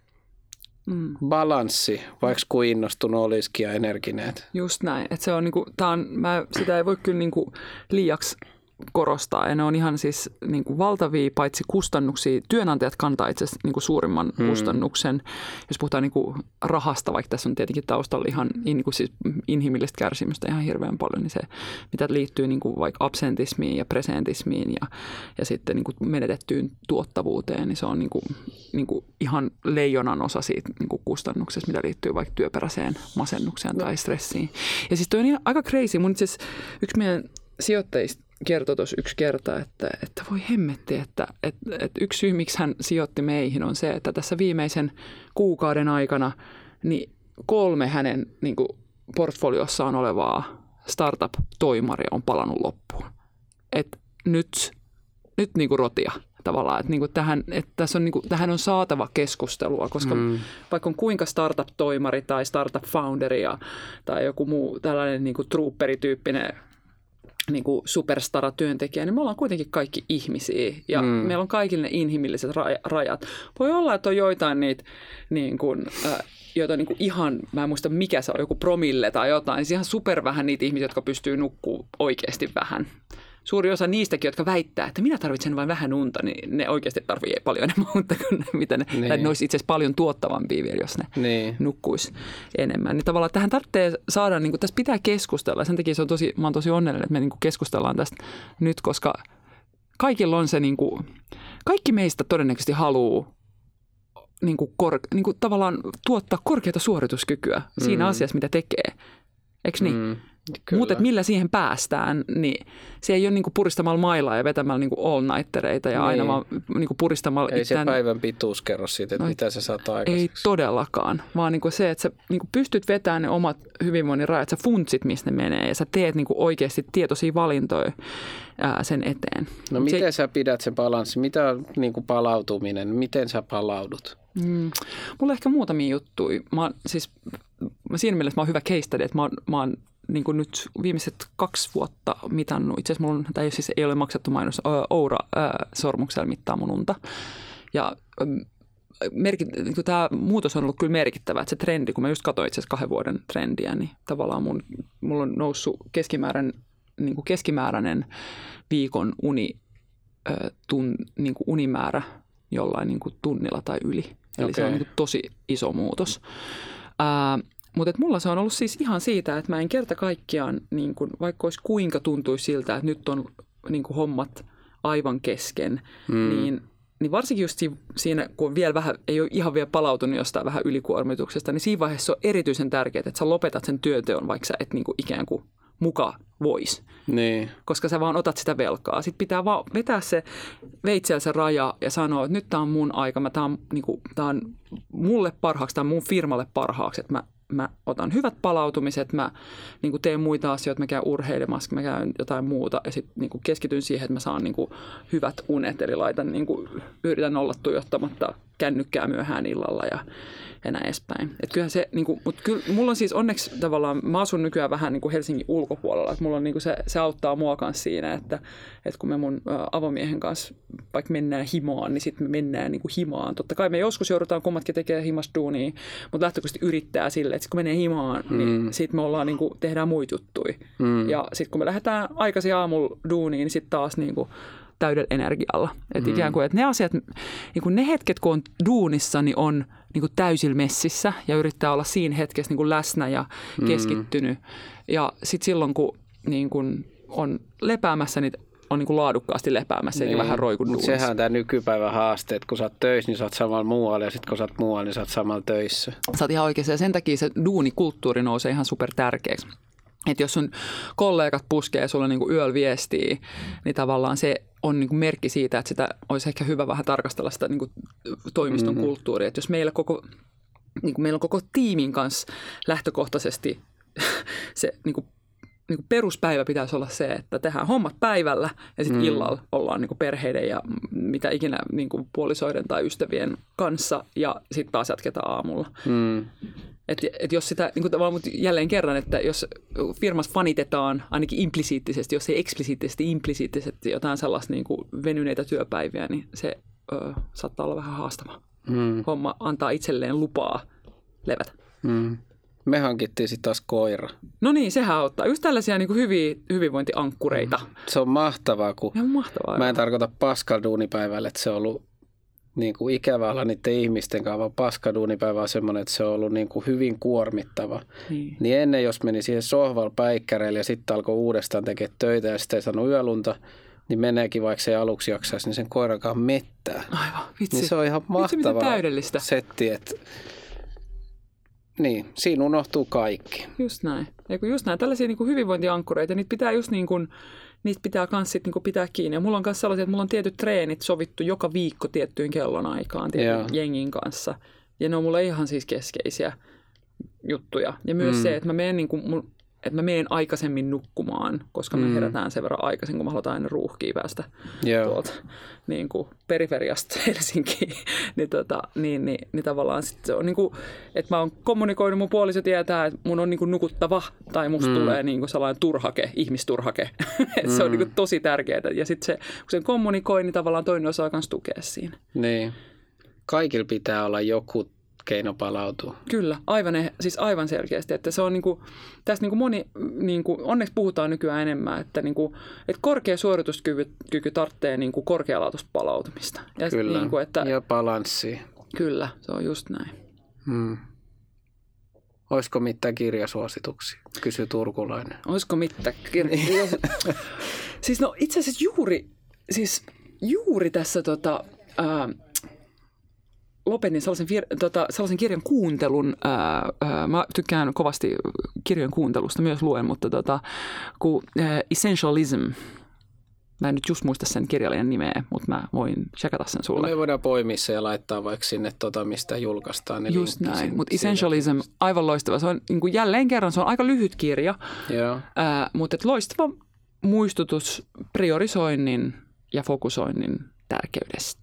S2: mm. balanssi, vaikka kuin innostunut olisikin ja energinen.
S3: Just näin. Että se on niinku, tää on, mä, sitä ei voi kyllä niinku liiaksi korostaa. Ja ne on ihan siis niin kuin valtavia paitsi kustannuksia. Työnantajat kantaa itse asiassa niin kuin suurimman hmm. kustannuksen. Jos puhutaan niin kuin rahasta, vaikka tässä on tietenkin taustalla ihan niin kuin siis inhimillistä kärsimystä ihan hirveän paljon, niin se, mitä liittyy niin kuin vaikka absentismiin ja presentismiin ja, ja sitten niin kuin menetettyyn tuottavuuteen, niin se on niin kuin, niin kuin ihan leijonan osa siitä niin kuin kustannuksesta, mitä liittyy vaikka työperäiseen masennukseen tai stressiin. Ja siis toi on ihan aika crazy. Mun itse asiassa yksi meidän sijoittajista kertoi tuossa yksi kerta, että, että voi hemmetti, että, että, että yksi syy, miksi hän sijoitti meihin, on se, että tässä viimeisen kuukauden aikana niin kolme hänen niin kuin portfoliossaan olevaa startup-toimaria on palannut loppuun. Että nyt, nyt niin kuin rotia tavallaan, että, niin kuin tähän, että tässä on, niin kuin, tähän on saatava keskustelua, koska mm. vaikka on kuinka startup-toimari tai startup-founderi tai joku muu tällainen niin kuin trooperityyppinen niin kuin superstara-työntekijä, niin me ollaan kuitenkin kaikki ihmisiä ja mm. meillä on kaikille ne inhimilliset rajat. Voi olla, että on joitain niitä niin kuin, äh, joita niin kuin ihan, mä en muista mikä se on, joku promille tai jotain, niin ihan super vähän niitä ihmisiä, jotka pystyy nukkuu oikeasti vähän. Suuri osa niistäkin, jotka väittää, että minä tarvitsen vain vähän unta, niin ne oikeasti tarvitsee paljon enemmän unta kuin mitä ne, niin. tai ne olisi itse asiassa paljon tuottavampia vielä, jos ne niin. nukkuisi enemmän. Niin tavallaan tähän tarvitsee saada, niin kuin, tässä pitää keskustella. Sen takia se on tosi, mä oon tosi onnellinen, että me niin kuin keskustellaan tästä nyt, koska kaikilla on se, niin kuin, kaikki meistä todennäköisesti haluaa niin kuin kor, niin kuin tavallaan tuottaa korkeata suorituskykyä siinä mm. asiassa, mitä tekee. Eikö niin? Mm. Mutta millä siihen päästään, niin se ei ole niinku puristamalla mailaa ja vetämällä niinku all-nightereita ja niin. aina vaan niinku puristamalla
S2: ei
S3: itseään.
S2: Se päivän pituus kerro siitä, että no, mitä se saat aikaiseksi.
S3: Ei todellakaan, vaan niinku se, että sä niinku pystyt vetämään ne omat hyvinvoinnin rajat, sä funtsit, mistä ne menee ja sä teet niinku oikeasti tietoisia valintoja ää, sen eteen.
S2: No miten se, sä pidät sen balanssi? Mitä on niinku palautuminen? Miten sä palaudut?
S3: Mm, mulla on ehkä muutamia juttuja. Mä, siis, mä siinä mielessä mä oon hyvä case study, että mä oon, mä oon niin kuin nyt viimeiset kaksi vuotta mitannut. Itse asiassa mulla tai siis ei ole maksettu mainos. Oura-sormuksella mittaa mun unta. Ja merkit, niin kuin tämä muutos on ollut kyllä merkittävä. Että se trendi, kun mä just katsoin itse asiassa kahden vuoden trendiä, niin tavallaan mun, mulla on noussut keskimääräinen, niin kuin keskimääräinen viikon uni, tun, niin kuin unimäärä jollain niin kuin tunnilla tai yli. Eli okay. Se on niin kuin tosi iso muutos. Ää, Mutta mulla se on ollut siis ihan siitä, että mä en kerta kaikkiaan, niin kun, vaikka olisi kuinka tuntuisi siltä, että nyt on niin kun hommat aivan kesken, mm. niin, niin varsinkin just siinä, kun vielä vähän, ei ole ihan vielä palautunut jostain vähän ylikuormituksesta, niin siinä vaiheessa on erityisen tärkeää, että sä lopetat sen työteon, vaikka sä et niin kun ikään kuin muka vois.
S2: Niin.
S3: Koska sä vaan otat sitä velkaa. Sitten pitää vaan vetää se veitsellä se raja ja sanoa, että nyt tää on mun aika, tää on, niin kun, tää on mulle parhaaksi, tää on mun firmalle parhaaksi, että mä Mä otan hyvät palautumiset, mä niin kuin teen muita asioita, mä käyn urheilemassa, mä käyn jotain muuta ja sitten niin kuin keskityn siihen, että mä saan niin kuin hyvät unet, eli laitan, niin kuin, yritän olla tuijottamatta kännykkää myöhään illalla ja, ja näin edespäin. Et kyllähän se, niin kuin, mutta kyllä mulla on siis onneksi tavallaan, mä asun nykyään vähän niin kuin Helsingin ulkopuolella, että mulla on niin kuin se, se auttaa mua kanssa siinä, että, että kun me mun avomiehen kanssa vaikka mennään himaan, niin sitten me mennään niin kuin himaan. Totta kai me joskus joudutaan kummatkin tekemään himasta duunia, mutta lähtökohtaisesti yrittää silleen, että kun menee himaan, mm. niin sitten me ollaan, niin kuin, tehdään muita juttuja. Mm. Ja sitten kun me lähdetään aikaisin aamulla duuniin, niin sitten taas niin kuin, täydellä energialla. Että mm. ikään kuin, että ne asiat, niin kuin ne hetket, kun on duunissa, niin on niin kuin täysillä messissä ja yrittää olla siinä hetkessä niin kuin läsnä ja keskittynyt. Mm. Ja sitten silloin, kun niin kuin on lepäämässä, niin on niin kuin laadukkaasti lepäämässä, eikä niin, vähän roiku duunissa.
S2: Sehän on tämä nykypäivän haaste, että kun sä oot töissä, niin sä oot samalla muualla, ja sitten kun sä oot muualla, niin sä oot samalla töissä.
S3: Sä oot ihan oikeassa, ja sen takia se duunikulttuuri nousee ihan super tärkeäksi. Että jos sun kollegat puskee sulle niin kuin yöllä viestiä, niin tavallaan se on niin kuin merkki siitä, että sitä olisi ehkä hyvä vähän tarkastella sitä niin kuin toimiston mm-hmm. kulttuuria. Että jos meillä, koko, niin kuin meillä on koko tiimin kanssa lähtökohtaisesti se niin kuin niin kuin peruspäivä pitäisi olla se, että tehdään hommat päivällä ja sitten mm. illalla ollaan niin kuin perheiden ja mitä ikinä niin kuin puolisoiden tai ystävien kanssa ja sitten taas jatketaan aamulla. Mm. Että et jos sitä, niin kuin, mutta jälleen kerran, että jos firmassa fanitetaan ainakin implisiittisesti, jos ei eksplisiittisesti, implisiittisesti jotain sellaista niin kuin venyneitä työpäiviä, niin se ö, saattaa olla vähän haastava. Mm. Homma antaa itselleen lupaa levätä.
S2: Mm. Me hankittiin sitten taas koira.
S3: No niin, sehän auttaa. Just tällaisia niin kuin hyviä hyvinvointiankkureita.
S2: Mm. Se on mahtavaa, kun
S3: on mahtavaa,
S2: mä en tarkoita paskaduunipäivällä, että se on ollut niin kuin ikävä olla niiden ihmisten kanssa, vaan paskaduunipäivä on semmoinen, että se on ollut niin kuin hyvin kuormittava. Niin. niin ennen, jos meni siihen sohvalle päikkäreille ja sitten alkoi uudestaan tekemään töitä ja sitten ei saanut yölunta, niin meneekin, vaikka se ei aluksi jaksaisi, niin sen koiran kanssa mettää.
S3: Aivan, vitsi.
S2: Niin se on ihan mahtava
S3: täydellistä
S2: setti, että niin, siinä unohtuu kaikki.
S3: Just näin. Eiku just näin. Tällaisia niin kuin hyvinvointiankkureita, niitä pitää just niin kuin, niitä pitää kans sit niin kuin pitää kiinni. Ja mulla on myös sellaisia, että mulla on tietyt treenit sovittu joka viikko tiettyyn kellonaikaan tietyn jengin kanssa. Ja ne on mulle ihan siis keskeisiä juttuja. Ja myös mm. se, että mä menen niin kuin, että mä menen aikaisemmin nukkumaan, koska me mm. herätään sen verran aikaisin, kun mä halutaan aina ruuhkia päästä yeah. tuolta niin kuin periferiasta Helsinkiin. niin, tota, niin, niin, niin tavallaan sit se on niin kuin, että mä oon kommunikoinut, mun puoliso tietää, että mun on niin kuin nukuttava tai musta mm. tulee niin kuin sellainen turhake, ihmisturhake. mm. Se on niin kuin tosi tärkeää. Ja sitten se, kun sen kommunikoi, niin tavallaan toinen osaa myös tukea siinä.
S2: Niin. Kaikilla pitää olla joku keino palautuu.
S3: Kyllä, aivan, siis aivan selkeästi, että se on niinku, tässä niinku moni, niinku, onneksi puhutaan nykyään enemmän, että, niinku, että korkea suorituskyky kyky tarvitsee niinku korkealaatuista palautumista.
S2: Ja, kyllä, niinku, että, ja balanssia.
S3: Kyllä, se on just näin.
S2: Hmm. Olisiko mitään kirjasuosituksia? Kysy turkulainen.
S3: Olisiko mitään kirjasuosituksia? Siis no itse asiassa juuri, siis juuri tässä tota... Ää, lopetin sellaisen, vir- tota, sellaisen kirjan kuuntelun. Ää, ää, mä tykkään kovasti kirjojen kuuntelusta, myös luen, mutta tota, kun ää, Essentialism, mä en nyt just muista sen kirjailijan nimeä, mutta mä voin checkata sen sulle.
S2: Me voidaan poimia se ja laittaa vaikka sinne, tota, mistä julkaistaan. Ne
S3: just näin, mutta Essentialism, aivan loistava. Se on niin kuin jälleen kerran, se on aika lyhyt kirja, ää, mutta et loistava muistutus priorisoinnin ja fokusoinnin tärkeydestä,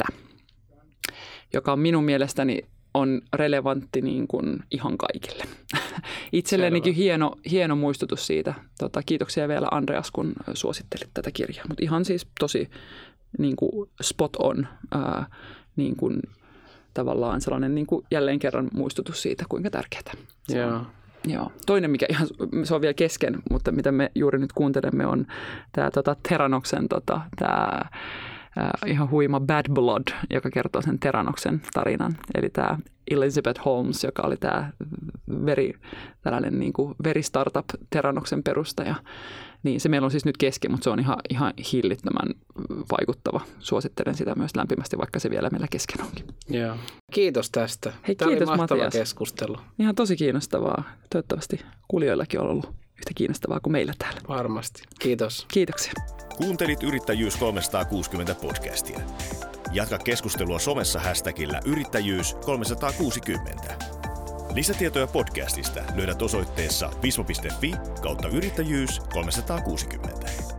S3: joka on minun mielestäni on relevantti niin kuin ihan kaikille. Itsellenikin hieno, hieno muistutus siitä. Tota, kiitoksia vielä Andreas, kun suosittelit tätä kirjaa. Mutta ihan siis tosi niin kuin spot on, ää, niin kuin, tavallaan sellainen niin kuin jälleen kerran muistutus siitä, kuinka tärkeää se
S2: Joo.
S3: on. Joo. Toinen, mikä ihan, se on vielä kesken, mutta mitä me juuri nyt kuuntelemme, on tämä tota, Teranoksen tota, tämä Uh, ihan huima Bad Blood, joka kertoo sen Teranoksen tarinan. Eli tämä Elizabeth Holmes, joka oli tämä veri, tällainen niin kuin veristartup Teranoksen perustaja. Niin se meillä on siis nyt kesken, mutta se on ihan, ihan hillittömän vaikuttava. Suosittelen sitä myös lämpimästi, vaikka se vielä meillä kesken onkin.
S2: Joo. Kiitos tästä.
S3: Hei,
S2: Tämä
S3: kiitos,
S2: oli mahtava
S3: Matias.
S2: Keskustelu.
S3: Ihan tosi kiinnostavaa. Toivottavasti kuulijoillakin on ollut yhtä kiinnostavaa kuin meillä täällä.
S2: Varmasti. Kiitos.
S3: Kiitoksia.
S1: Kuuntelit Yrittäjyys kolmesataakuusikymmentä podcastia. Jatka keskustelua somessa hashtagillä yrittäjyys kolmesataakuusikymmentä. Lisätietoja podcastista löydät osoitteessa visma piste fi kautta yrittäjyys kolmesataakuusikymmentä.